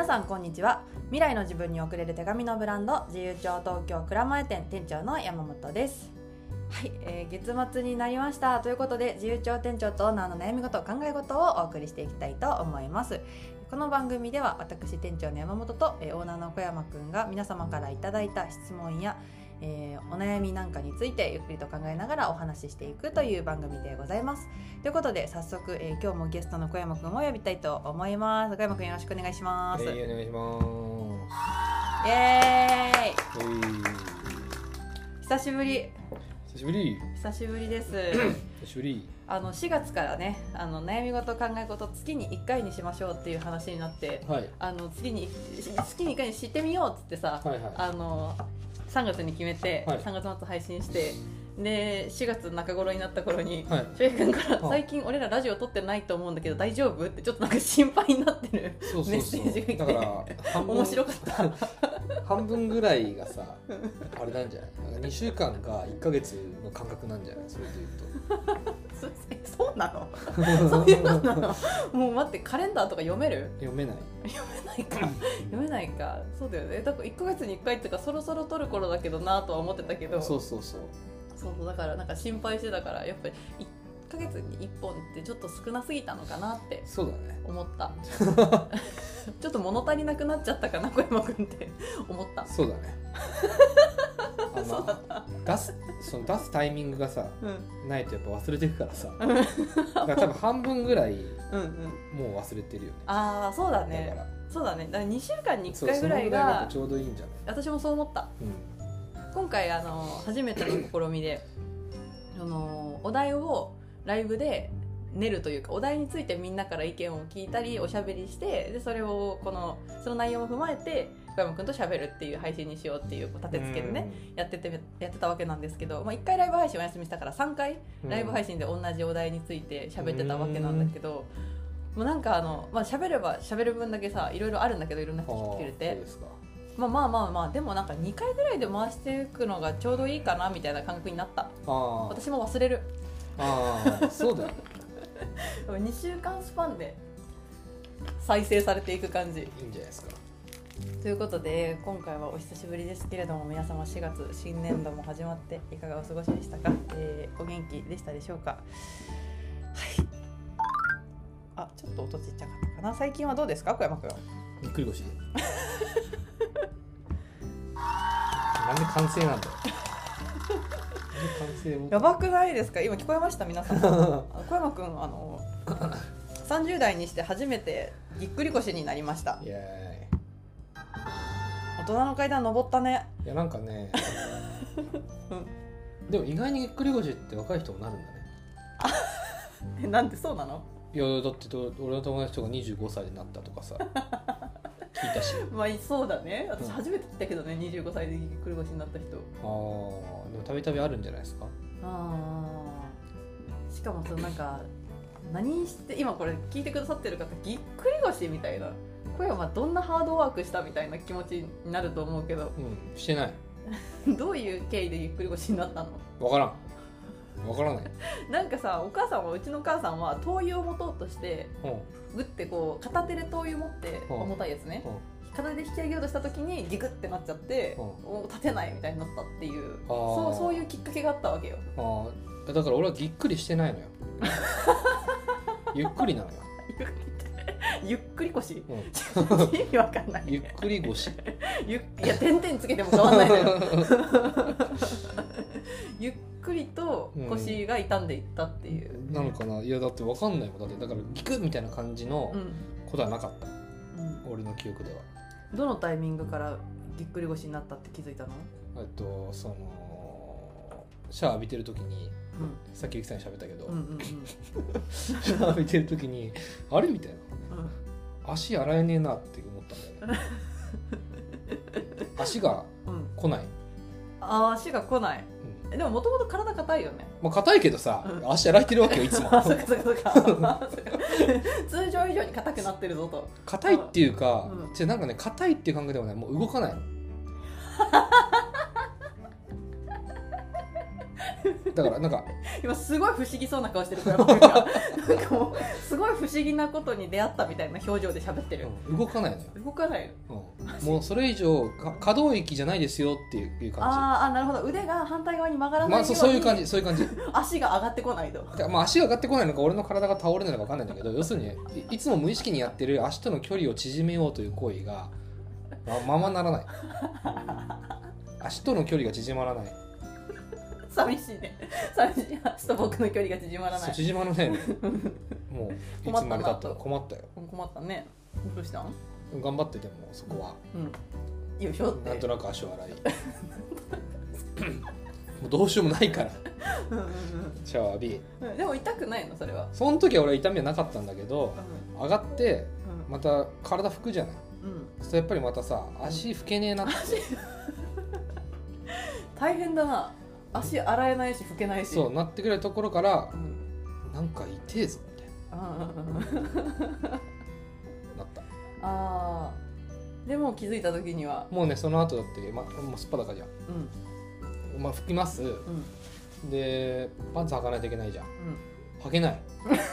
さんこんにちは。未来の自分に送れる手紙のブランド、自由帳東京蔵前店店長の山本です。はい、月末になりましたということで、自由帳店長とオーナーの悩み事、考え事をお送りしていきたいと思います。この番組では私店長の山本と、オーナーの小山くんが皆様からいただいた質問や、お悩みなんかについてゆっくりと考えながらお話ししていくという番組でございます。ということで早速、今日もゲストの小山くんを呼びたいと思います。小山くんよろしくお願いします。 お願いします。 イエーイ。久しぶりです久しぶり。 4月からね、悩み事考え事月に1回にしましょうっていう話になって、 はい、 月に1回にしてみようっつってさ、 はいはい、 3月に決めて、はい、3月末配信して、で4月中頃になった頃に翔平君から最近俺らラジオ撮ってないと思うんだけど大丈夫ってちょっとなんか心配になってるメッセージが来て、 だから面白かった半分ぐらいがさあれなんじゃない、なんか2週間か1ヶ月の感覚なんじゃない、それで言うとそうなのそういうのなのもう待って、カレンダーとか読める？ 読めないかそうだよね。だから1ヶ月に1回っていうかそろそろ撮る頃だけどなとは思ってたけど、そうだからなんか心配してたから、やっぱり1ヶ月に1本ってちょっと少なすぎたのかなって思った。ちょっと物足りなくなっちゃったかな小山くんって思った。 そうだねそうだった。 出すタイミングがさ、ないとやっぱ忘れてるからさだから多分半分ぐらいもう忘れてるよね。 ああそうだね。だから2週間に1回ぐらいがちょうどいいんじゃない？ 私もそう思った、今回初めての試みでお題をライブで練るというか、お題についてみんなから意見を聞いたりおしゃべりして、でそれをその内容も踏まえて小山くんとしゃべるっていう配信にしようっていう立て付けでねやってたわけなんですけど、1回ライブ配信お休みしたから3回ライブ配信で同じお題について喋ってたわけなんだけど、もうなんか喋れば喋る分だけさいろいろあるんだけど、いろんな人聞けるって。まあでもなんか2回ぐらいで回していくのがちょうどいいかなみたいな感覚になった。私も忘れる。 そうだよ 2週間スパンで再生されていく感じ。いいんじゃないですか。 ということで今回はお久しぶりですけれども、皆様4月新年度も始まっていかがお過ごしでしたか？お元気でしたでしょうか？はい。ちょっと音ちっちゃかったかな。最近はどうですか小山くん？ ぎっくり腰なんで完成なんだよやばくないですか？今聞こえました皆さん小山くん30代にして初めてぎっくり腰になりました。 イエーイ。 大人の階段登ったね。 いやなんかね、でも意外にぎっくり腰って若い人もなるんだね。 なんでそうなの？ いやだって俺の友達とか25歳になったとかさ聞いたし。 まあそうだね。私初めて聞いたけどね、25歳でぎっくり腰になった人。 でもたびたびあるんじゃないですか。 しかもなんか何して今これ聞いてくださってる方、ぎっくり腰みたいな、小山どんなハードワークしたみたいな気持ちになると思うけど、 してないどういう経緯でぎっくり腰になったの？ わからないなんかさ、うちのお母さんは灯油を持とうとしてグッて片手で灯油持って重たいやつね、片手で引き上げようとした時にギクってなっちゃって、立てないみたいになったっていう、そういうきっかけがあったわけよ。 だから俺はぎっくりしてないのよゆっくりなのよゆっくり腰、意味わかんない。 ゆっくり腰いや点々つけても変わんないのよゆっくりと腰が痛んでいったっていう、 なのかな。いやだってわかんないもん。だってだからギクみたいな感じのことはなかった、俺の記憶では。 どのタイミングからぎっくり腰になったって気づいたの？ シャワー浴びてる時に、さっきゆきさんに喋ったけど、シャワー浴びてる時にあれみたいな、足洗えねえなって思ったんだよね足が来ない、 足が来ない、でももともと体硬いよね。 硬いけどさ、足洗えてるわけよいつもそうか通常以上に硬くなってるぞと。 硬いっていうか、なんかね、硬いっていう感覚でもない、もう動かないのだからなんか今すごい不思議そうな顔してるからなんかもうすごごい不思議なことに出会ったみたいな表情で喋ってる、 動かないのよ。 動かないの、 もうそれ以上可動域じゃないですよっていう感じ。 あ、なるほど。腕が反対側に曲がらないように、 そういう感じ、そういう感じ。 足が上がってこないと。 足が上がってこないのか俺の体が倒れないのか分かんないんだけど、要するにいつも無意識にやってる足との距離を縮めようという行為がままならない。足との距離が縮まらない。 寂しいね。寂しい。足と僕の距離が縮まらない。 縮まらないね。もういつまでたったの困ったよ。 困ったね。どうしたん？ 頑張っててもそこは、 よいしょって。 なんとなく足を洗いもうどうしようもないからシャワー浴び、 でも痛くないのそれは？ その時は俺は痛みはなかったんだけど、上がってまた体拭くじゃない、そうやっぱりまたさ足拭けねえなって大変だな。足洗えないし拭けないし、 そうなってくるところから、なんか痛えぞみたいななった。 でも気づいた時にはもうね、その後だって、もうすっぱだかじゃん、拭きます、でパンツ履かないといけないじゃん、履けない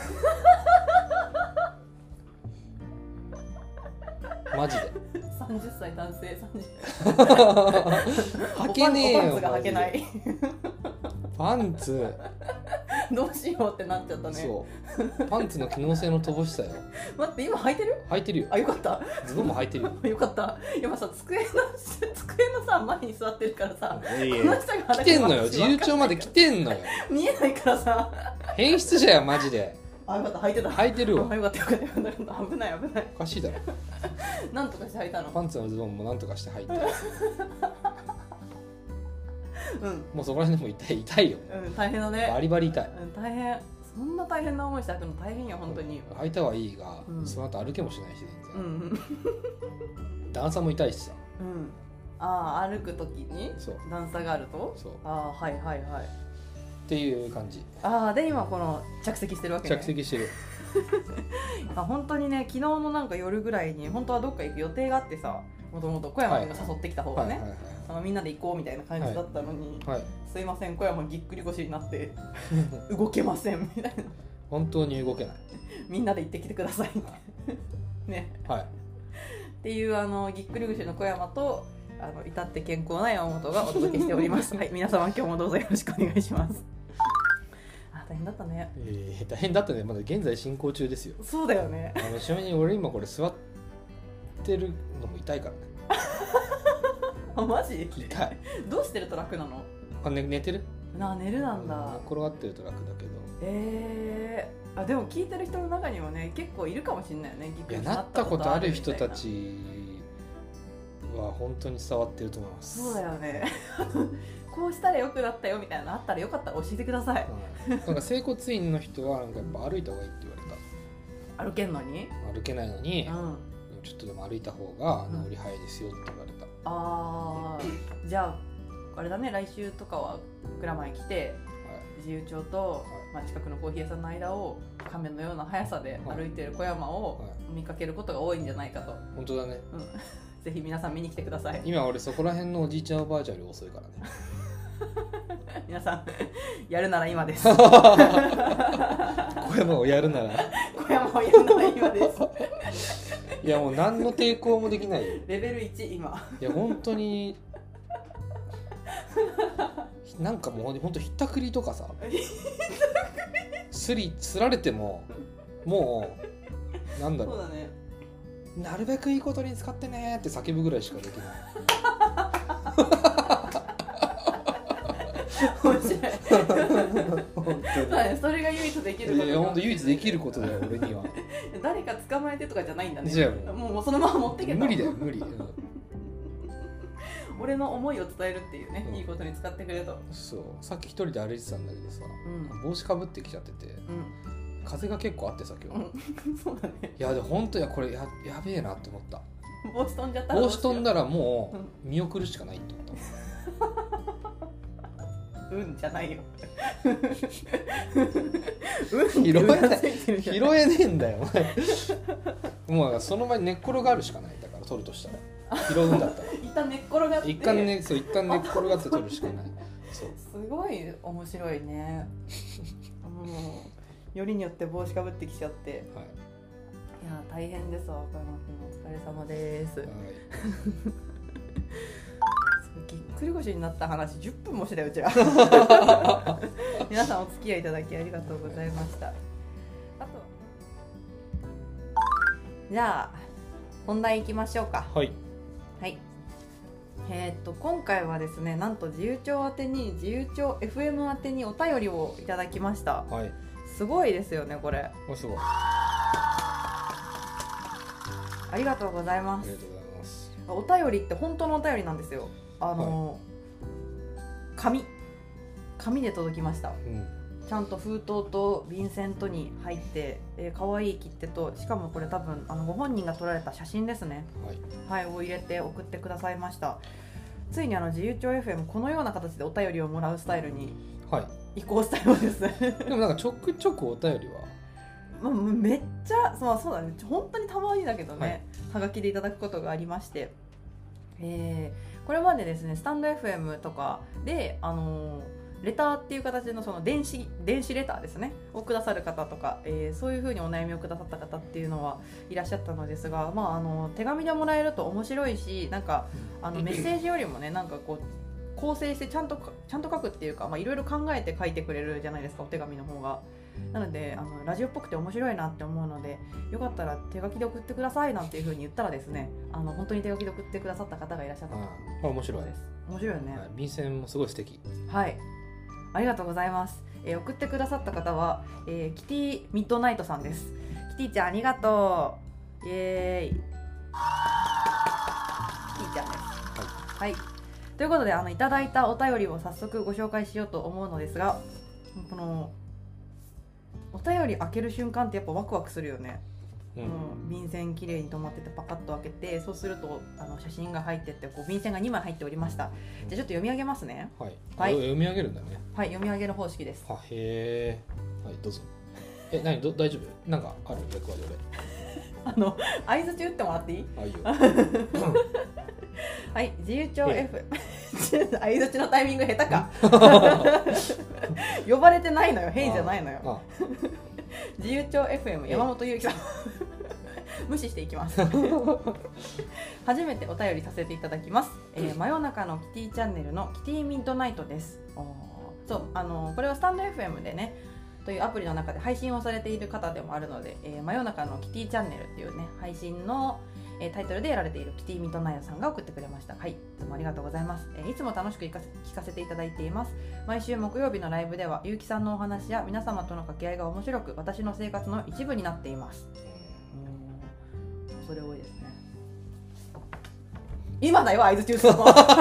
マジで 30歳男性履けねえよ。 パンツが履けないパンツどうしようってなっちゃったね。 そうパンツの機能性の乏しさよ。 待って、今履いてる？ 履いてるよ。 あ、よかった。 ズボンも履いてるよ。 よかった。今さ、机のさ前に座ってるからさ、この人が来てんのよ。自由帳まで来てんのよ。 見えないからさ。 変質者やマジで。 あ、よかった、履いてた。 履いてるわ。 よかったよかったよかった。危ない危ない。 おかしいだろ。 なんとかして履いたの。 パンツのズボンもなんとかして履いて。もうそこら辺でも痛いよ。 大変だね。 バリバリ痛い。 大変。そんな大変な思いして履くの大変よ本当に。 履いたはいいが、その後歩けもしないし全然。段差も痛いしさ。歩くときに段差があると。そう。はいはいはい。 っていう感じ。 で今この着席してるわけね。 着席してる。 本当にね、昨日のなんか夜ぐらいに本当はどっか行く予定があってさ、もともと小山君が誘ってきた方がね、みんなで行こうみたいな感じだったのに、すいません、小山ぎっくり腰になって動けませんみたいな。 本当に動けない。 みんなで行ってきてくださいね。っていうぎっくり腰の小山と至って健康な山本がお届けしております。はい、皆様今日もどうぞよろしくお願いします。大変だったね。 大変だったね。まだ現在進行中ですよ。 そうだよね。 ちなみに俺今これ座ってるのも痛いからね。 マジ？ 痛い。 どうしてると楽なの？ 寝てる？ 寝るなんだ。 寝転がってると楽だけど。 でも聞いてる人の中にもね、結構いるかもしれないよね。 いや、なったことある人たちは本当に伝わってると思います。 そうだよね。こうしたらよくなったよみたいなのあったらよかったら教えてください。 なんか整骨院の人はなんかやっぱ歩いた方がいいって言われた。 歩けんのに？ 歩けないのに、ちょっとでも歩いた方が治り早いですよって言われた。 じゃああれだね、来週とかは蔵前来て、自由帳と、近くのコーヒー屋さんの間を亀のような速さで歩いてる小山を見かけることが多いんじゃないかと。 本当だね。 ぜひ皆さん見に来てください。 今俺そこら辺のおじいちゃんおばあちゃんより遅いからね。 皆さんやるなら今です。小山をやるなら今です。 いやもう何の抵抗もできない。 レベル1今。 いや本当になんかもう本当ひったくりとかさ、すられてももうなんだろう。 そうだね。 なるべくいいことに使ってねって叫ぶぐらいしかできない。 面白い。それが唯一できること。 いや本当唯一できることだよ俺には。 誰か捕まえてとかじゃないんだね。もうそのまま持ってけば無理だよ無理。 俺の思いを伝えるっていうね、いいことに使ってくれと。 そう、さっき一人で歩いてたんだけどさ、帽子かぶってきちゃってて、風が結構あってさ今日。 そうだね。 いやで本当やこれやべえなって思った。 帽子飛んじゃったら帽子飛んだらもう見送るしかないって思った。 じゃないよ。 拾えねえんだよ。もうその場に寝っ転がるしかない。だから取るとしたら。拾うんだったら一旦寝っ転がって一旦寝っ転がって取るしかない。そうすごい面白いね。 よりによって帽子かぶってきちゃって、はい、いや大変ですわ。岡山君お疲れ様です、はい、ぎっくり腰になった話10分もしてたようちら皆さんお付き合いいただきありがとうございました。あとじゃあ本題いきましょうか。 はいはい。今回はですね、なんと自由帳宛てに自由帳 FM 宛てにお便りをいただきました。 はい。 すごいですよねこれ。 すごい。 ありがとうございます。 ありがとうございます。 お便りって本当のお便りなんですよ。はい、紙で届きました。ちゃんと封筒と便箋とに入って、可愛い切手と、しかもこれ多分ご本人が撮られた写真ですね、はい、を入れて送ってくださいました。ついに自由帳 FM このような形でお便りをもらうスタイルに移行したようです、はい、 でもなんかちょくちょくお便りはめっちゃそうだね、本当にたまにだけどね、はがきでいただくことがありまして、これまでですねスタンド FM とかでレターっていう形のその電子レターですねをくださる方とか、そういう風にお悩みをくださった方っていうのはいらっしゃったのですが、手紙でもらえると面白いし、なんかメッセージよりもね、なんかこう構成してちゃんと書くっていうか、いろいろ考えて書いてくれるじゃないですか、お手紙の方が。なのでラジオっぽくて面白いなって思うので、よかったら手書きで送ってくださいなんていう風に言ったらですね、本当に手書きで送ってくださった方がいらっしゃったと。 面白いです。 面白いよね。 便箋もすごい素敵。 はい、ありがとうございます。送ってくださった方は、キティミッドナイトさんです。キティちゃんありがとう。イエーイ。キティちゃんです。はい。ということでいただいたお便りを早速ご紹介しようと思うのですが、このお便り開ける瞬間ってやっぱワクワクするよね。便箋きれいに止まっててパカッと開けて、そうすると写真が入ってて、便箋が2枚入っておりました。じゃあちょっと読み上げますね。 はい、読み上げるんだね。 はい、読み上げる方式です。 へー、はい、どうぞ。大丈夫？なんかある役割俺相づち打ってもらっていい？ あ、いいよはい、自由帳 F 相づちのタイミング下手か呼ばれてないのよ、変じゃないのよ自由帳 FM 山本優希さん無視していきます初めてお便りさせていただきます、真夜中のキティチャンネルのキティミッドナイトです。そうこれはスタンド FM でねというアプリの中で配信をされている方でもあるので、真夜中のキティチャンネルっていうね配信のタイトルでやられているキティミッドナイトさんが送ってくれました。はい、いつもありがとうございます。いつも楽しく聞かせていただいています。毎週木曜日のライブではゆうきさんのお話や皆様との掛け合いが面白く、私の生活の一部になっています。それ多いですね。今だよ相づち打つの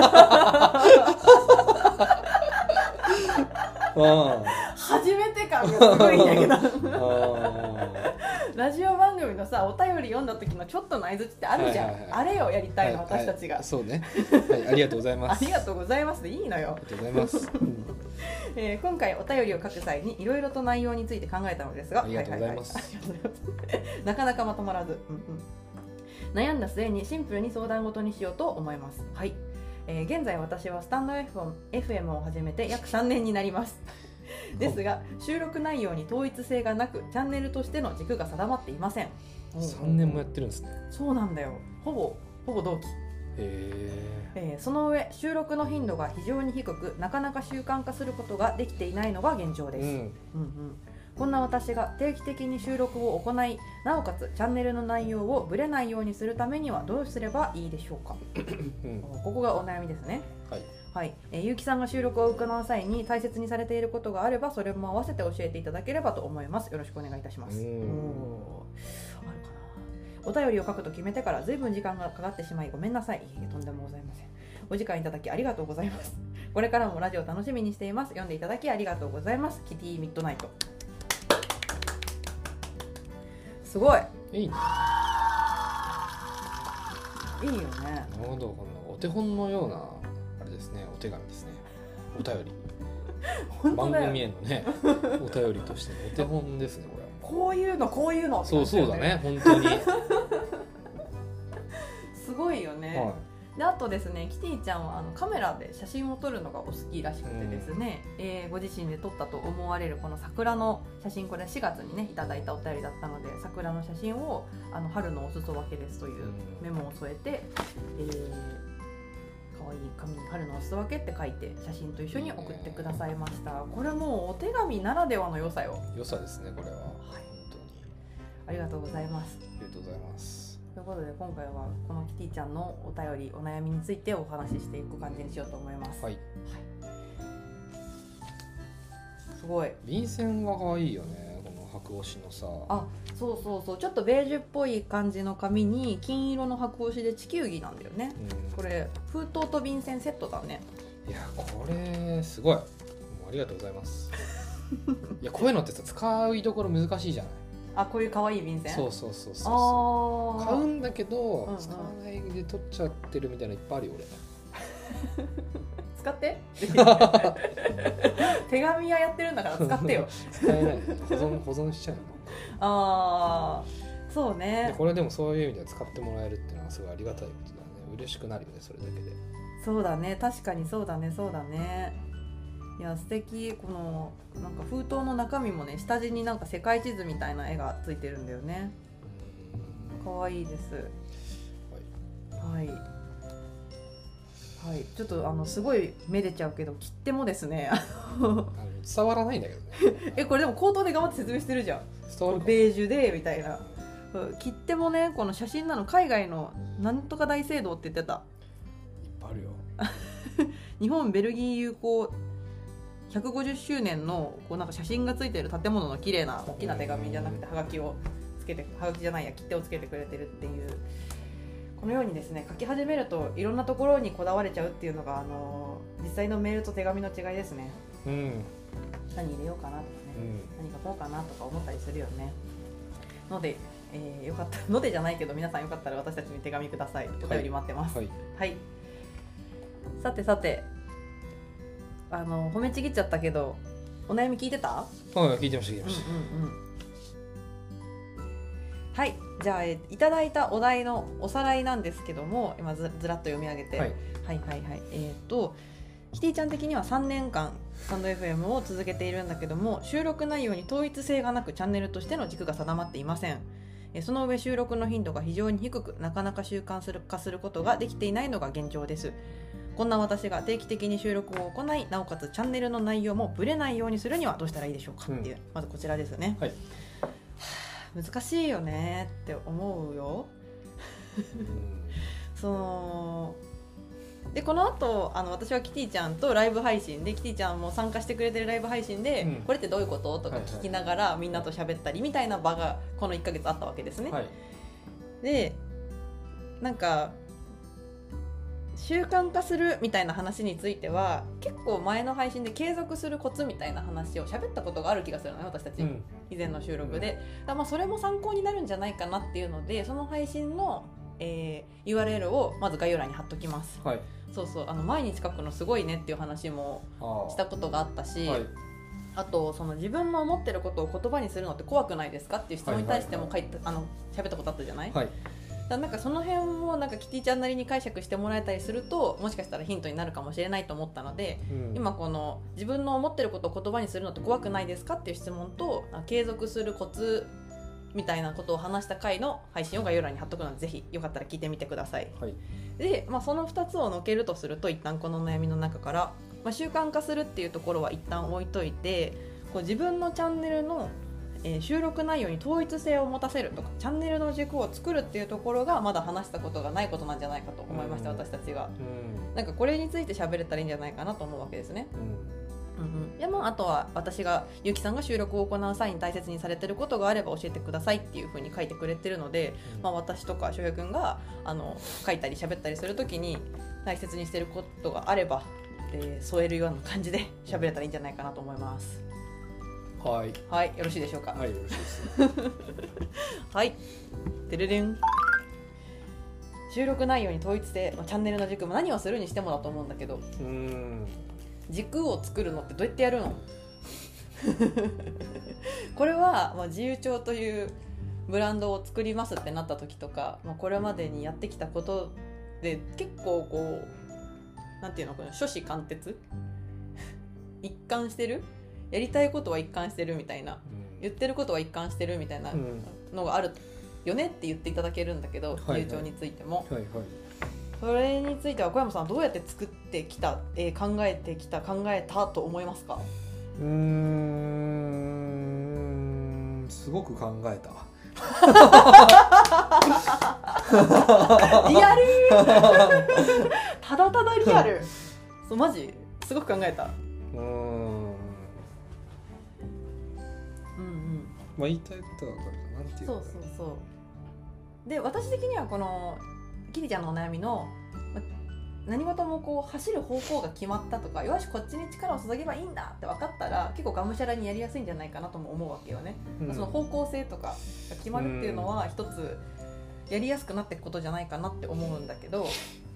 初めて感がすごいんだけどラジオ番組のさ、お便り読んだ時のちょっとの相づちってあるじゃん、あれをやりたいの、私たちが。 そうね、はい、ありがとうございますありがとうございますでいいのよ。 ありがとうございます今回お便りを書く際にいろいろと内容について考えたのですが、 ありがとうございます、 なかなかまとまらず、悩んだ末にシンプルに相談事にしようと思います。はい、現在私はスタンド FM を始めて約3年になりますですが、収録内容に統一性がなく、チャンネルとしての軸が定まっていません。 3年もやってるんですね。 そうなんだよ、ほぼ同期。その上収録の頻度が非常に低く、なかなか習慣化することができていないのが現状です。こんな私が定期的に収録を行い、なおかつチャンネルの内容をぶれないようにするためにはどうすればいいでしょうかここがお悩みですね。はい、ゆうきさんが収録を行う際に大切にされていることがあれば、それも合わせて教えていただければと思います。よろしくお願いいたします。あるかな。お便りを書くと決めてから随分時間がかかってしまいごめんなさい。とんでもございません。お時間いただきありがとうございます。これからもラジオ楽しみにしています。読んでいただきありがとうございます。キティミッドナイト。すごいいいね。いいよね。 なるほど、このお手本のようなあれですね、お手紙ですね、お便り番組へのねお便りとしてのお手本ですね、これ。 こういうのそうだね、本当にすごいよね、 であとですね、キティちゃんはカメラで写真を撮るのがお好きらしくてですね、ご自身で撮ったと思われるこの桜の写真、これ4月にねいただいたお便りだったので、桜の写真を春のお裾分けですというメモを添えて、可愛い紙に春のお裾分けって書いて写真と一緒に送ってくださいました。これもうお手紙ならではの良さよ。 良さですねこれは、はい、本当にありがとうございます。 ありがとうございます。 ということで今回はこのキティちゃんのお便りお悩みについてお話ししていく感じにしようと思います。 はい、はい、 すごい便箋が可愛いよね、この白押しのさ。 あ、そうそうそう、ちょっとベージュっぽい感じの紙に金色の白押しで地球儀なんだよね、これ封筒と便箋セットだね。 いやこれすごい、もうありがとうございますいやこういうのってさ使いどころ難しいじゃない。 あ、こういう可愛い便箋。 そう買うんだけど、使わないで取っちゃってるみたいなのいっぱいあるよ俺使って手紙屋やってるんだから使ってよ使えない保存しちゃうのああ、そうね。 これでもそういう意味では使ってもらえるっていうのはすごいありがたいことだね。嬉しくなるよねそれだけで。 そうだね、確かにそうだね、そうだね。いや素敵。このなんか封筒の中身もね、下地になんか世界地図みたいな絵がついてるんだよね。可愛いです。はい、はいはい、ちょっとすごいめでちゃうけど、切手もですね伝わらないんだけどねこれでも口頭で頑張って説明してるじゃん。 伝わるか。 ベージュでみたいな。切手もね、この写真なの海外のなんとか大聖堂って言ってた。 いっぱいあるよ日本ベルギー友好150周年のこうなんか写真がついてる建物の綺麗な大きな手紙じゃなくて、はがきをつけて、はがきじゃないや、切手をつけてくれてるっていう。このようにですね、書き始めるといろんなところにこだわれちゃうっていうのが実際のメールと手紙の違いですね。何入れようかなとかね、何書こうかなとか思ったりするよね。ので、よかったのでじゃないけど、皆さんよかったら私たちに手紙ください。お便り待ってます。はい、はい、さてさて、褒めちぎっちゃったけどお悩み聞いてた？ はい、聞いてました。 はい、じゃあ、いただいたお題のおさらいなんですけども、今ずらっと読み上げて、はいはいはいはい、キティちゃん的には3年間スタンド FM を続けているんだけども、収録内容に統一性がなくチャンネルとしての軸が定まっていません。その上収録の頻度が非常に低く、なかなか習慣化することができていないのが現状です。こんな私が定期的に収録を行い、なおかつチャンネルの内容もブレないようにするにはどうしたらいいでしょうかっていう、まずこちらですね。はい、難しいよねって思うよでこの後私はキティちゃんとライブ配信で、キティちゃんも参加してくれてるライブ配信で、これってどういうこととか聞きながらみんなと喋ったりみたいな場がこの1ヶ月あったわけですね。はい、でなんか習慣化するみたいな話については結構前の配信で継続するコツみたいな話を喋ったことがある気がするのね、私たち、以前の収録で。まあそれも参考になるんじゃないかなっていうので、その配信の、URL をまず概要欄に貼っときます。はい、そうそう、毎日書くのすごいねっていう話もしたことがあったし、あとその自分の思ってることを言葉にするのって怖くないですかっていう質問に対しても喋ったことあったじゃない。はい、だなんかその辺をなんかキティちゃんなりに解釈してもらえたりすると、もしかしたらヒントになるかもしれないと思ったので、今この自分の思ってることを言葉にするのって怖くないですかっていう質問と、継続するコツみたいなことを話した回の配信を概要欄に貼っとくので、ぜひよかったら聞いてみてください。はい、で、その2つをのけるとすると、一旦この悩みの中から、習慣化するっていうところは一旦置いといて、こう自分のチャンネルの収録内容に統一性を持たせるとか、チャンネルの軸を作るっていうところがまだ話したことがないことなんじゃないかと思いました、私たちが。なんかこれについて喋れたらいいんじゃないかなと思うわけですね。であとは私がゆきさんが収録を行う際に大切にされていることがあれば教えてくださいっていう風に書いてくれてるので、私とか翔平くんが書いたり喋ったりするときに大切にしていることがあれば、添えるような感じで喋れたらいいんじゃないかなと思います。はい、はい、よろしいでしょうか。はい、よろしいですはい、てるれん。収録内容に統一性、チャンネルの軸も何をするにしてもだと思うんだけど、軸を作るのってどうやってやるのこれは、自由帳というブランドを作りますってなった時とか、これまでにやってきたことで結構こうなんていうの、この初子貫徹一貫してる、やりたいことは一貫してるみたいな、言ってることは一貫してるみたいなのがあるよねって言っていただけるんだけど、流暢についても、はいはい、それについては小山さんはどうやって作ってきた、考えたと思いますか？ すごく考えた。 リアルただただリアルそう、マジすごく考えた。 まあ言いたいことは分かる。なんていうか、 そうそうそう。で、私的にはこのキリちゃんのお悩みの何事もこう走る方向が決まったとか、よしこっちに力を注げばいいんだって分かったら結構がむしゃらにやりやすいんじゃないかなとも思うわけよね、その方向性とかが決まるっていうのは一つやりやすくなっていくことじゃないかなって思うんだけど、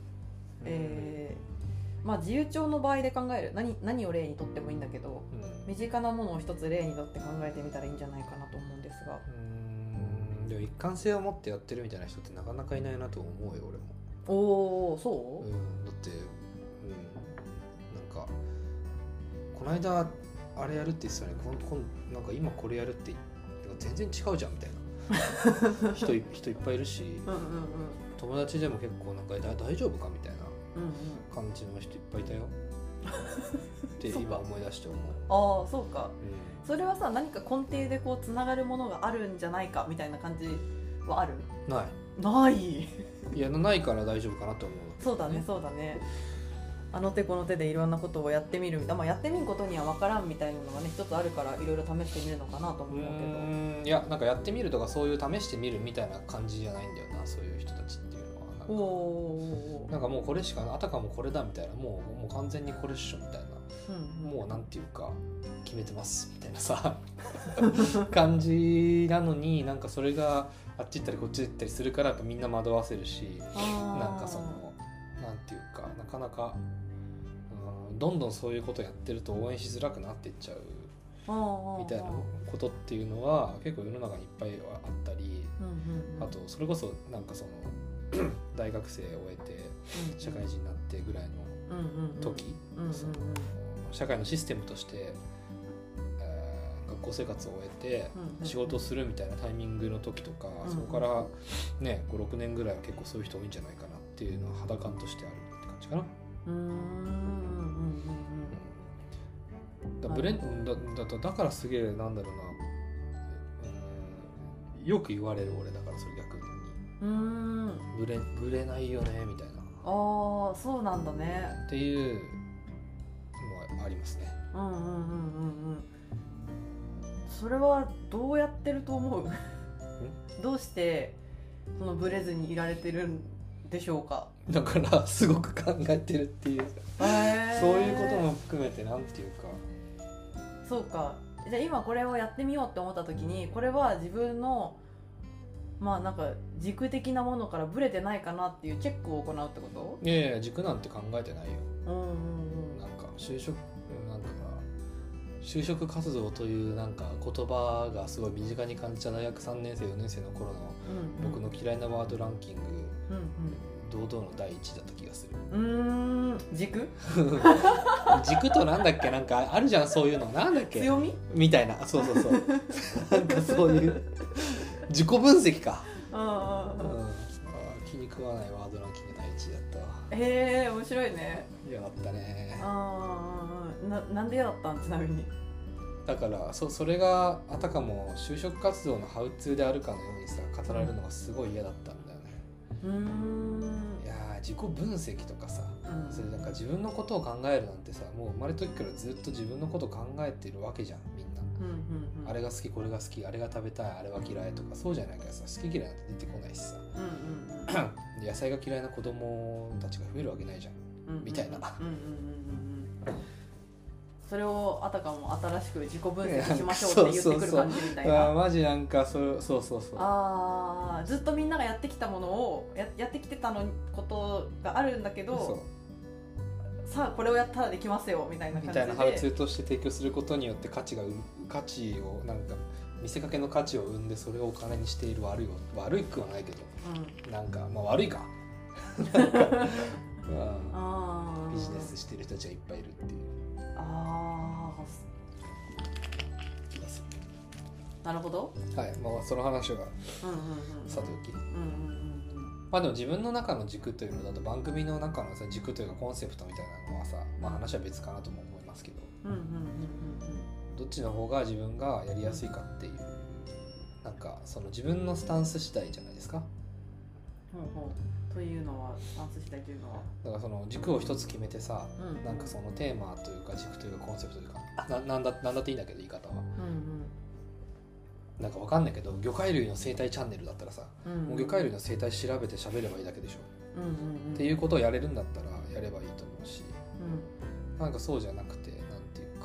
まあ自由帳の場合で考える、何を例にとってもいいんだけど、身近なものを一つ例にとって考えてみたらいいんじゃないかなと思うんですが、 でも一貫性を持ってやってるみたいな人ってなかなかいないなと思うよ、俺も。 おー、そう？ だって、なんかこの間あれやるって言ってたね、なんか今これやるって全然違うじゃんみたいな人いっぱいいるし、友達でも結構なんか大丈夫かみたいな感じの人いっぱいいたよって今思い出して思う。 ああ、そうか、それはさ、何か根底でこうつながるものがあるんじゃないかみたいな感じはある？ないいや、ないから大丈夫かなと思う。 そうだね、そうだね。あの手この手でいろんなことをやってみるみたいな、やってみることには分からんみたいなのがね一つあるから、いろいろ試してみるのかなと思うけど。 いや、なんかやってみるとかそういう試してみるみたいな感じじゃないんだよな、そういう人たちっていうのは。なんかもうこれしかあたかもこれだみたいな、もう完全にこれっしょみたいな、もうなんていうか決めてますみたいなさ感じなのに、なんかそれがあっち行ったりこっち行ったりするからやっぱみんな惑わせるし、なんかそのなんていうか、なかなか、どんどんそういうことやってると応援しづらくなっていっちゃうみたいなことっていうのは結構世の中にいっぱいはあったり、あとそれこそなんかその大学生を終えて社会人になってぐらいの時、社会のシステムとして学校生活を終えて仕事をするみたいなタイミングの時とか、そこからね 5,6 年ぐらいは結構そういう人多いんじゃないかなっていうのは肌感としてあるって感じかな。だからすげえなんだろうな、よく言われる俺だからそれ逆にぶれないよねみたいな。 ああ、そうなんだねっていうのはありますね。 それはどうやってると思う？どうしてそのブレずにいられてるんでしょうか？ だからすごく考えてるっていう、そういうことも含めてなんていうか。 そうか。じゃあ今これをやってみようって思った時に、これは自分のまあなんか軸的なものからブレてないかなっていうチェックを行うってこと？ いやいや、軸なんて考えてないよ。なんか就職活動というなんか言葉がすごい身近に感じた大学3年生4年生の頃の僕の嫌いなワードランキング、堂々の第1位だった気がする。 軸軸となんだっけ、なんかあるじゃんそういうの、なんだっけ、 強みみたいな。そうなんかそういう自己分析か。気に食わないワードランキング第1位だったわ。 へえ、面白いね。 嫌だったね。 なんで嫌だったん？ちなみに。 だからそれがあたかも就職活動のハウツーであるかのようにさ語られるのがすごい嫌だったんだよね。いや自己分析とかさ、それなんか自分のことを考えるなんてさ、もう生まれた時からずっと自分のことを考えてるわけじゃんみんな。あれが好き、これが好き、あれが食べたい、あれは嫌いとか、そうじゃないからさ、好き嫌いなんて出てこないしさ、野菜が嫌いな子供たちが増えるわけないじゃん、みたいな。 それをあたかも新しく自己分析しましょうって言ってくる感じみたいな。 マジなんかそうずっとみんながやってきたものを やってきてたことがあるんだけど、さあこれをやったらできますよみたいな感じで、 みたいなハウツーとして提供することによって価値をなんか見せかけの価値を生んで、それをお金にしている悪いくはないけど、なんかまあ悪いかなんかビジネスしてる人たちがいっぱいいるっていう気がする。 なるほど。 はい、まあその話はさておき、まあでも自分の中の軸というのだと番組の中のさ軸というかコンセプトみたいなのはさ、まあ話は別かなとも思いますけど、どっちの方が自分がやりやすいかっていう、なんかその自分のスタンス次第じゃないですか。 というのはスタンス次第というのは、 だからその軸を一つ決めてさ、なんかそのテーマというか軸というかコンセプトというかなんだっていいんだけど言い方は、なんかわかんないけど魚介類の生態チャンネルだったらさ、もう魚介類の生態調べて喋ればいいだけでしょ、っていうことをやれるんだったらやればいいと思うし、なんかそうじゃなくてなんていうか、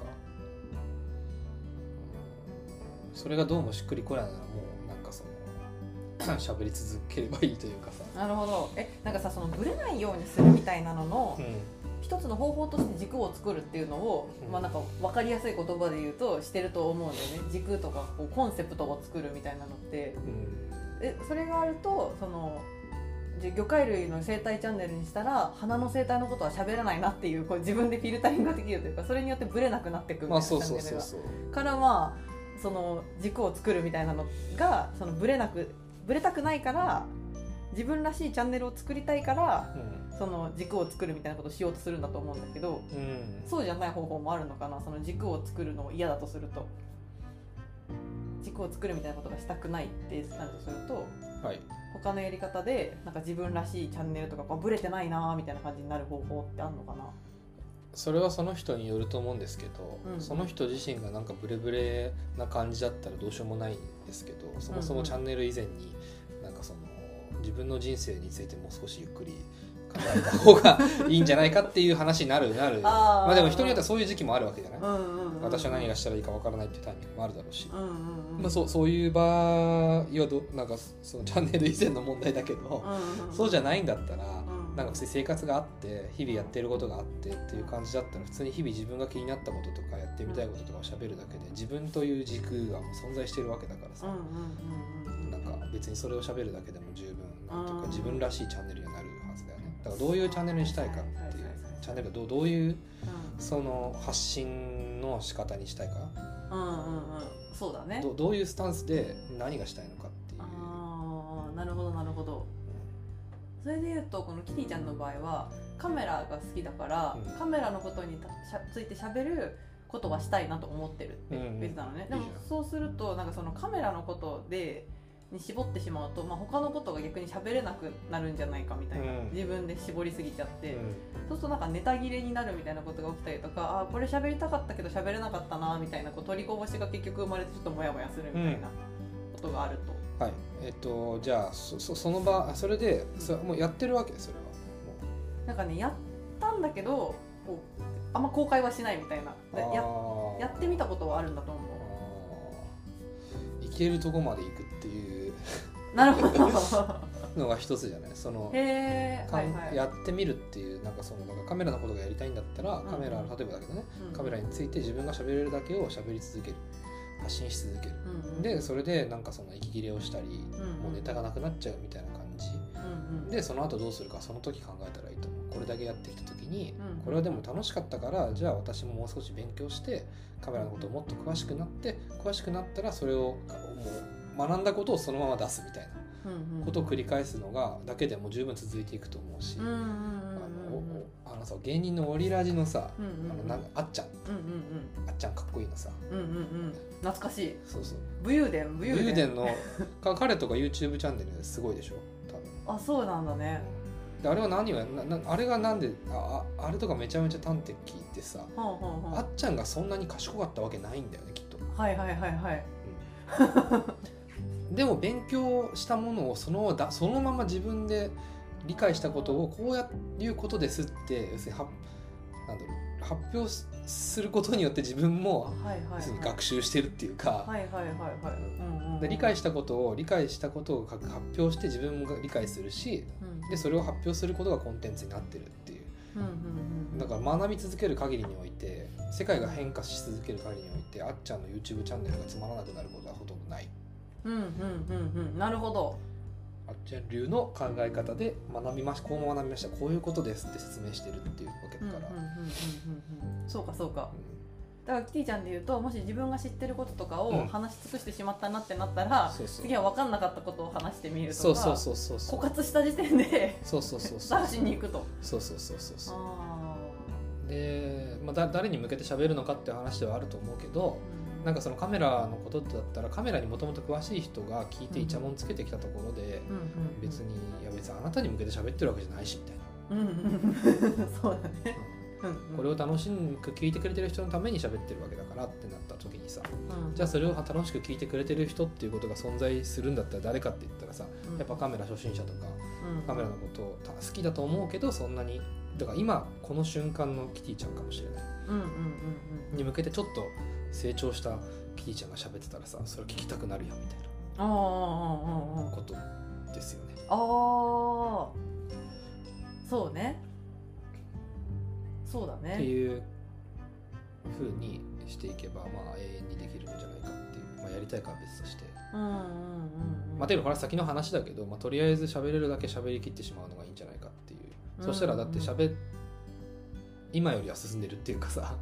それがどうもしっくりこないならもうなんかその喋り続ければいいというかさ。 なるほど。なんかさ、そのブレないようにするみたいなのの、一つの方法として軸を作るっていうのを、まあなんか分かりやすい言葉で言うとしてると思うんだよね。軸とかこうコンセプトを作るみたいなのって、それがあるとその魚介類の生態チャンネルにしたら花の生態のことは喋らないなっていう、こう自分でフィルタリングができるというか、それによってブレなくなっていくみたいなチャンネルがからまあその軸を作るみたいなのがそのブレたくないから自分らしいチャンネルを作りたいから、その軸を作るみたいなことをしようとするんだと思うんだけど、そうじゃない方法もあるのかな。その軸を作るのを嫌だとすると、軸を作るみたいなことがしたくないってなるとすると、他のやり方でなんか自分らしいチャンネルとかブレてないなみたいな感じになる方法ってあるのかな。 それはその人によると思うんですけど、その人自身がなんかブレブレな感じだったらどうしようもないんですけど、そもそもチャンネル以前になんかその自分の人生についてもう少しゆっくり考えた方がいいんじゃないかっていう話になるまあでも人によってはそういう時期もあるわけじゃない、私は何がしたらいいかわからないっていうタイミングもあるだろうし、まあそういう場合はなんかそのチャンネル以前の問題だけど、そうじゃないんだったらなんか普通に生活があって日々やってることがあってっていう感じだったら、普通に日々自分が気になったこととかやってみたいこととかを喋るだけで自分という軸がもう存在してるわけだからさ、なんか別にそれを喋るだけでも十分なんていうか自分らしいチャンネルになるはずだよね。だからどういうチャンネルにしたいかっていう、チャンネルがどういうその発信の仕方にしたいか、 そうだね、 どういうスタンスで何がしたいのかっていう。 なるほどなるほど。それでいうとこのキティちゃんの場合はカメラが好きだから、カメラのことについて喋ることはしたいなと思ってるって言ってたのね、でもそうするとなんかそのカメラのことに絞ってしまうと、他のことが逆に喋れなくなるんじゃないかみたいな、自分で絞りすぎちゃって、そうするとなんかネタ切れになるみたいなことが起きたりとか、これ喋りたかったけど喋れなかったなみたいな取りこぼしが結局生まれてちょっとモヤモヤするみたいなことがあると。 はい、じゃあその場それでもうやってるわけ。それはもうなんかねやったんだけどあんま公開はしないみたいな、やってみたことはあるんだと思う。 いけるとこまで行くっていうなるほどのが一つじゃない。そのやってみるっていう、なんかそのなんかカメラのことがやりたいんだったら、カメラ例えばだけどね、カメラについて自分が喋れるだけを喋り続ける、発信し続ける、でそれでなんかその息切れをしたり、もうネタがなくなっちゃうみたいな感じ、でその後どうするかその時考えたらいいと思う。これだけやってきた時に、これはでも楽しかったから、じゃあ私ももう少し勉強してカメラのことをもっと詳しくなったら、それをもう学んだことをそのまま出すみたいなことを繰り返すのがだけでも十分続いていくと思うし、芸人のオリラジのさ、あっちゃん、あっちゃんかっこいいのさ、 懐かしい。 そうそう、 武勇伝の彼とか YouTube チャンネルですごいでしょ多分。 そうなんだね。 であれはあれがなんであれとかめちゃめちゃ端的でさ、あっちゃんがそんなに賢かったわけないんだよねきっと。でも勉強したものをそのまま自分で理解したことをこういうことですって要するに発表することによって自分も学習してるっていうか、理解したことを発表して自分も理解するし、でそれを発表することがコンテンツになってるっていう、だから学び続ける限りにおいて、世界が変化し続ける限りにおいて、あっちゃんの YouTube チャンネルがつまらなくなることはほとんどない。 なるほど。 あっジェン流の考え方でこう学びましたこういうことですって説明してるっていうわけだから、 そうかそうか、だからキティちゃんで言うと、もし自分が知ってることとかを話し尽くしてしまったなってなったら、次は分かんなかったことを話してみるとか、枯渇した時点で探しに行くと。 で、誰に向けて喋るのかっていう話ではあると思うけど、なんかそのカメラのことだったら、カメラにもともと詳しい人が聞いてイチャモンつけてきたところで、別にあなたに向けて喋ってるわけじゃないしみたいな、 そうだね、 これを楽しく聞いてくれてる人のために喋ってるわけだからってなった時にさ、じゃあそれを楽しく聞いてくれてる人っていうことが存在するんだったら誰かって言ったらさ、やっぱカメラ初心者とか、カメラのことを好きだと思うけど、そんなにだから今この瞬間のキティちゃんかもしれない、に向けてちょっと成長したキティちゃんが喋ってたらさ、それ聞きたくなるやんみたいなことですよね。 そうね、そうだねっていう風にしていけば、永遠にできるんじゃないかっていう、やりたいかは別として、ていうのこれは先の話だけど、とりあえず喋れるだけ喋り切ってしまうのがいいんじゃないかっていう、そしたらだって今よりは進んでるっていうかさ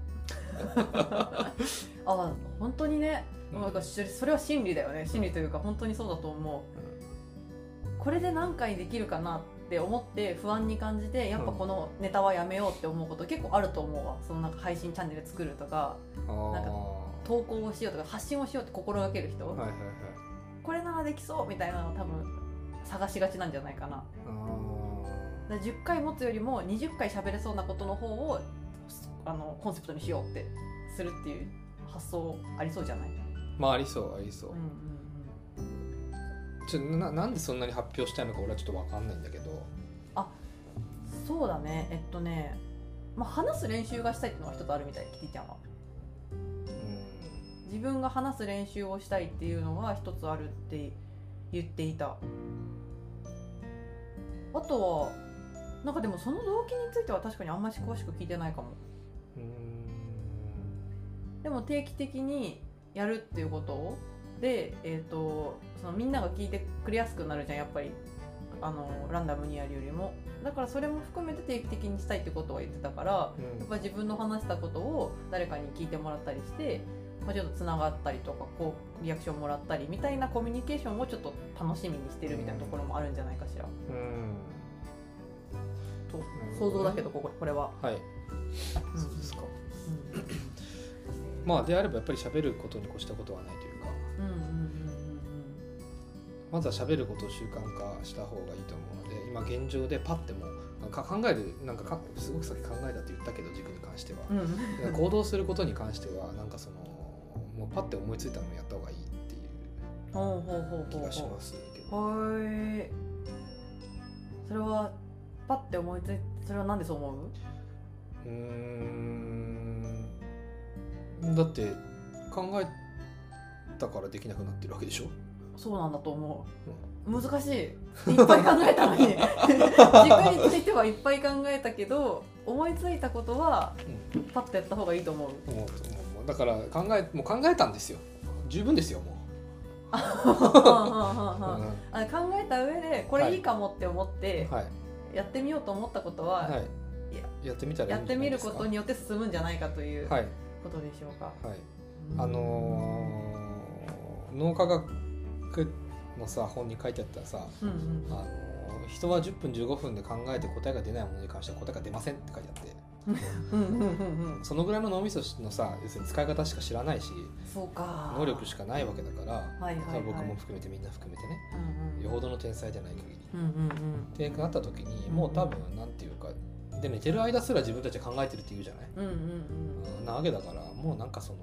本当にね、それは真理だよね。真理というか本当にそうだと思う、これで何回できるかなって思って不安に感じて、やっぱこのネタはやめようって思うこと結構あると思うわ。そのなんか配信チャンネル作るとか、なんか投稿をしようとか発信をしようって心がける人、これならできそうみたいなの多分探しがちなんじゃないかな。だから10回持つよりも20回喋れそうなことの方をコンセプトにしようってするっていう発想ありそうじゃない？ ありそう、なんでそんなに発表したいのか俺はちょっと分かんないんだけど。 そうだね、話す練習がしたいっていうのが一つあるみたい、キティちゃんは。自分が話す練習をしたいっていうのが一つあるって言っていた。あとはなんかでもその動機については確かにあんまり詳しく聞いてないかも。でも定期的にやるっていうことで、そのみんなが聞いてくれやすくなるじゃん、やっぱりランダムにやるよりも。だからそれも含めて定期的にしたいってことは言ってたから、やっぱ自分の話したことを誰かに聞いてもらったりして、ちょっとつながったりとか、こうリアクションもらったりみたいなコミュニケーションをちょっと楽しみにしてるみたいなところもあるんじゃないかしら。と想像だけどこれは。 はい。そうですか。であればやっぱり喋ることに越したことはないというか、まずは喋ることを習慣化した方がいいと思うので、今現状でパッても考える、すごくさっき考えたって言ったけど軸に関しては、行動することに関してはもうパッて思いついたのをやった方がいいっていう気がしますけど。 それはパッて思いついて、それはなんでそう思う？ だって考えたからできなくなってるわけでしょ。 そうなんだと思う、難しい。いっぱい考えたのに軸についてはいっぱい考えたけど、思いついたことはパッとやった方がいいと思う。 だから考えたんですよ。十分ですよ、もう考えた上でこれいいかもって思って、やってみようと思ったことは、 やってみたらいいんじゃないですか。 やってみることによって進むんじゃないかということでしょうか。 脳科学のさ本に書いてあったらさ、人は10分15分で考えて答えが出ないものに関しては答えが出ませんって書いてあって、そのぐらいの脳みそのさ、要するに使い方しか知らないし、能力しかないわけだから、僕も含めてみんな含めてね、よほどの天才じゃない限りってなった時に、もう多分なんていうか、で寝てる間すら自分たちは考えてるって言うじゃない、なわけだから、もう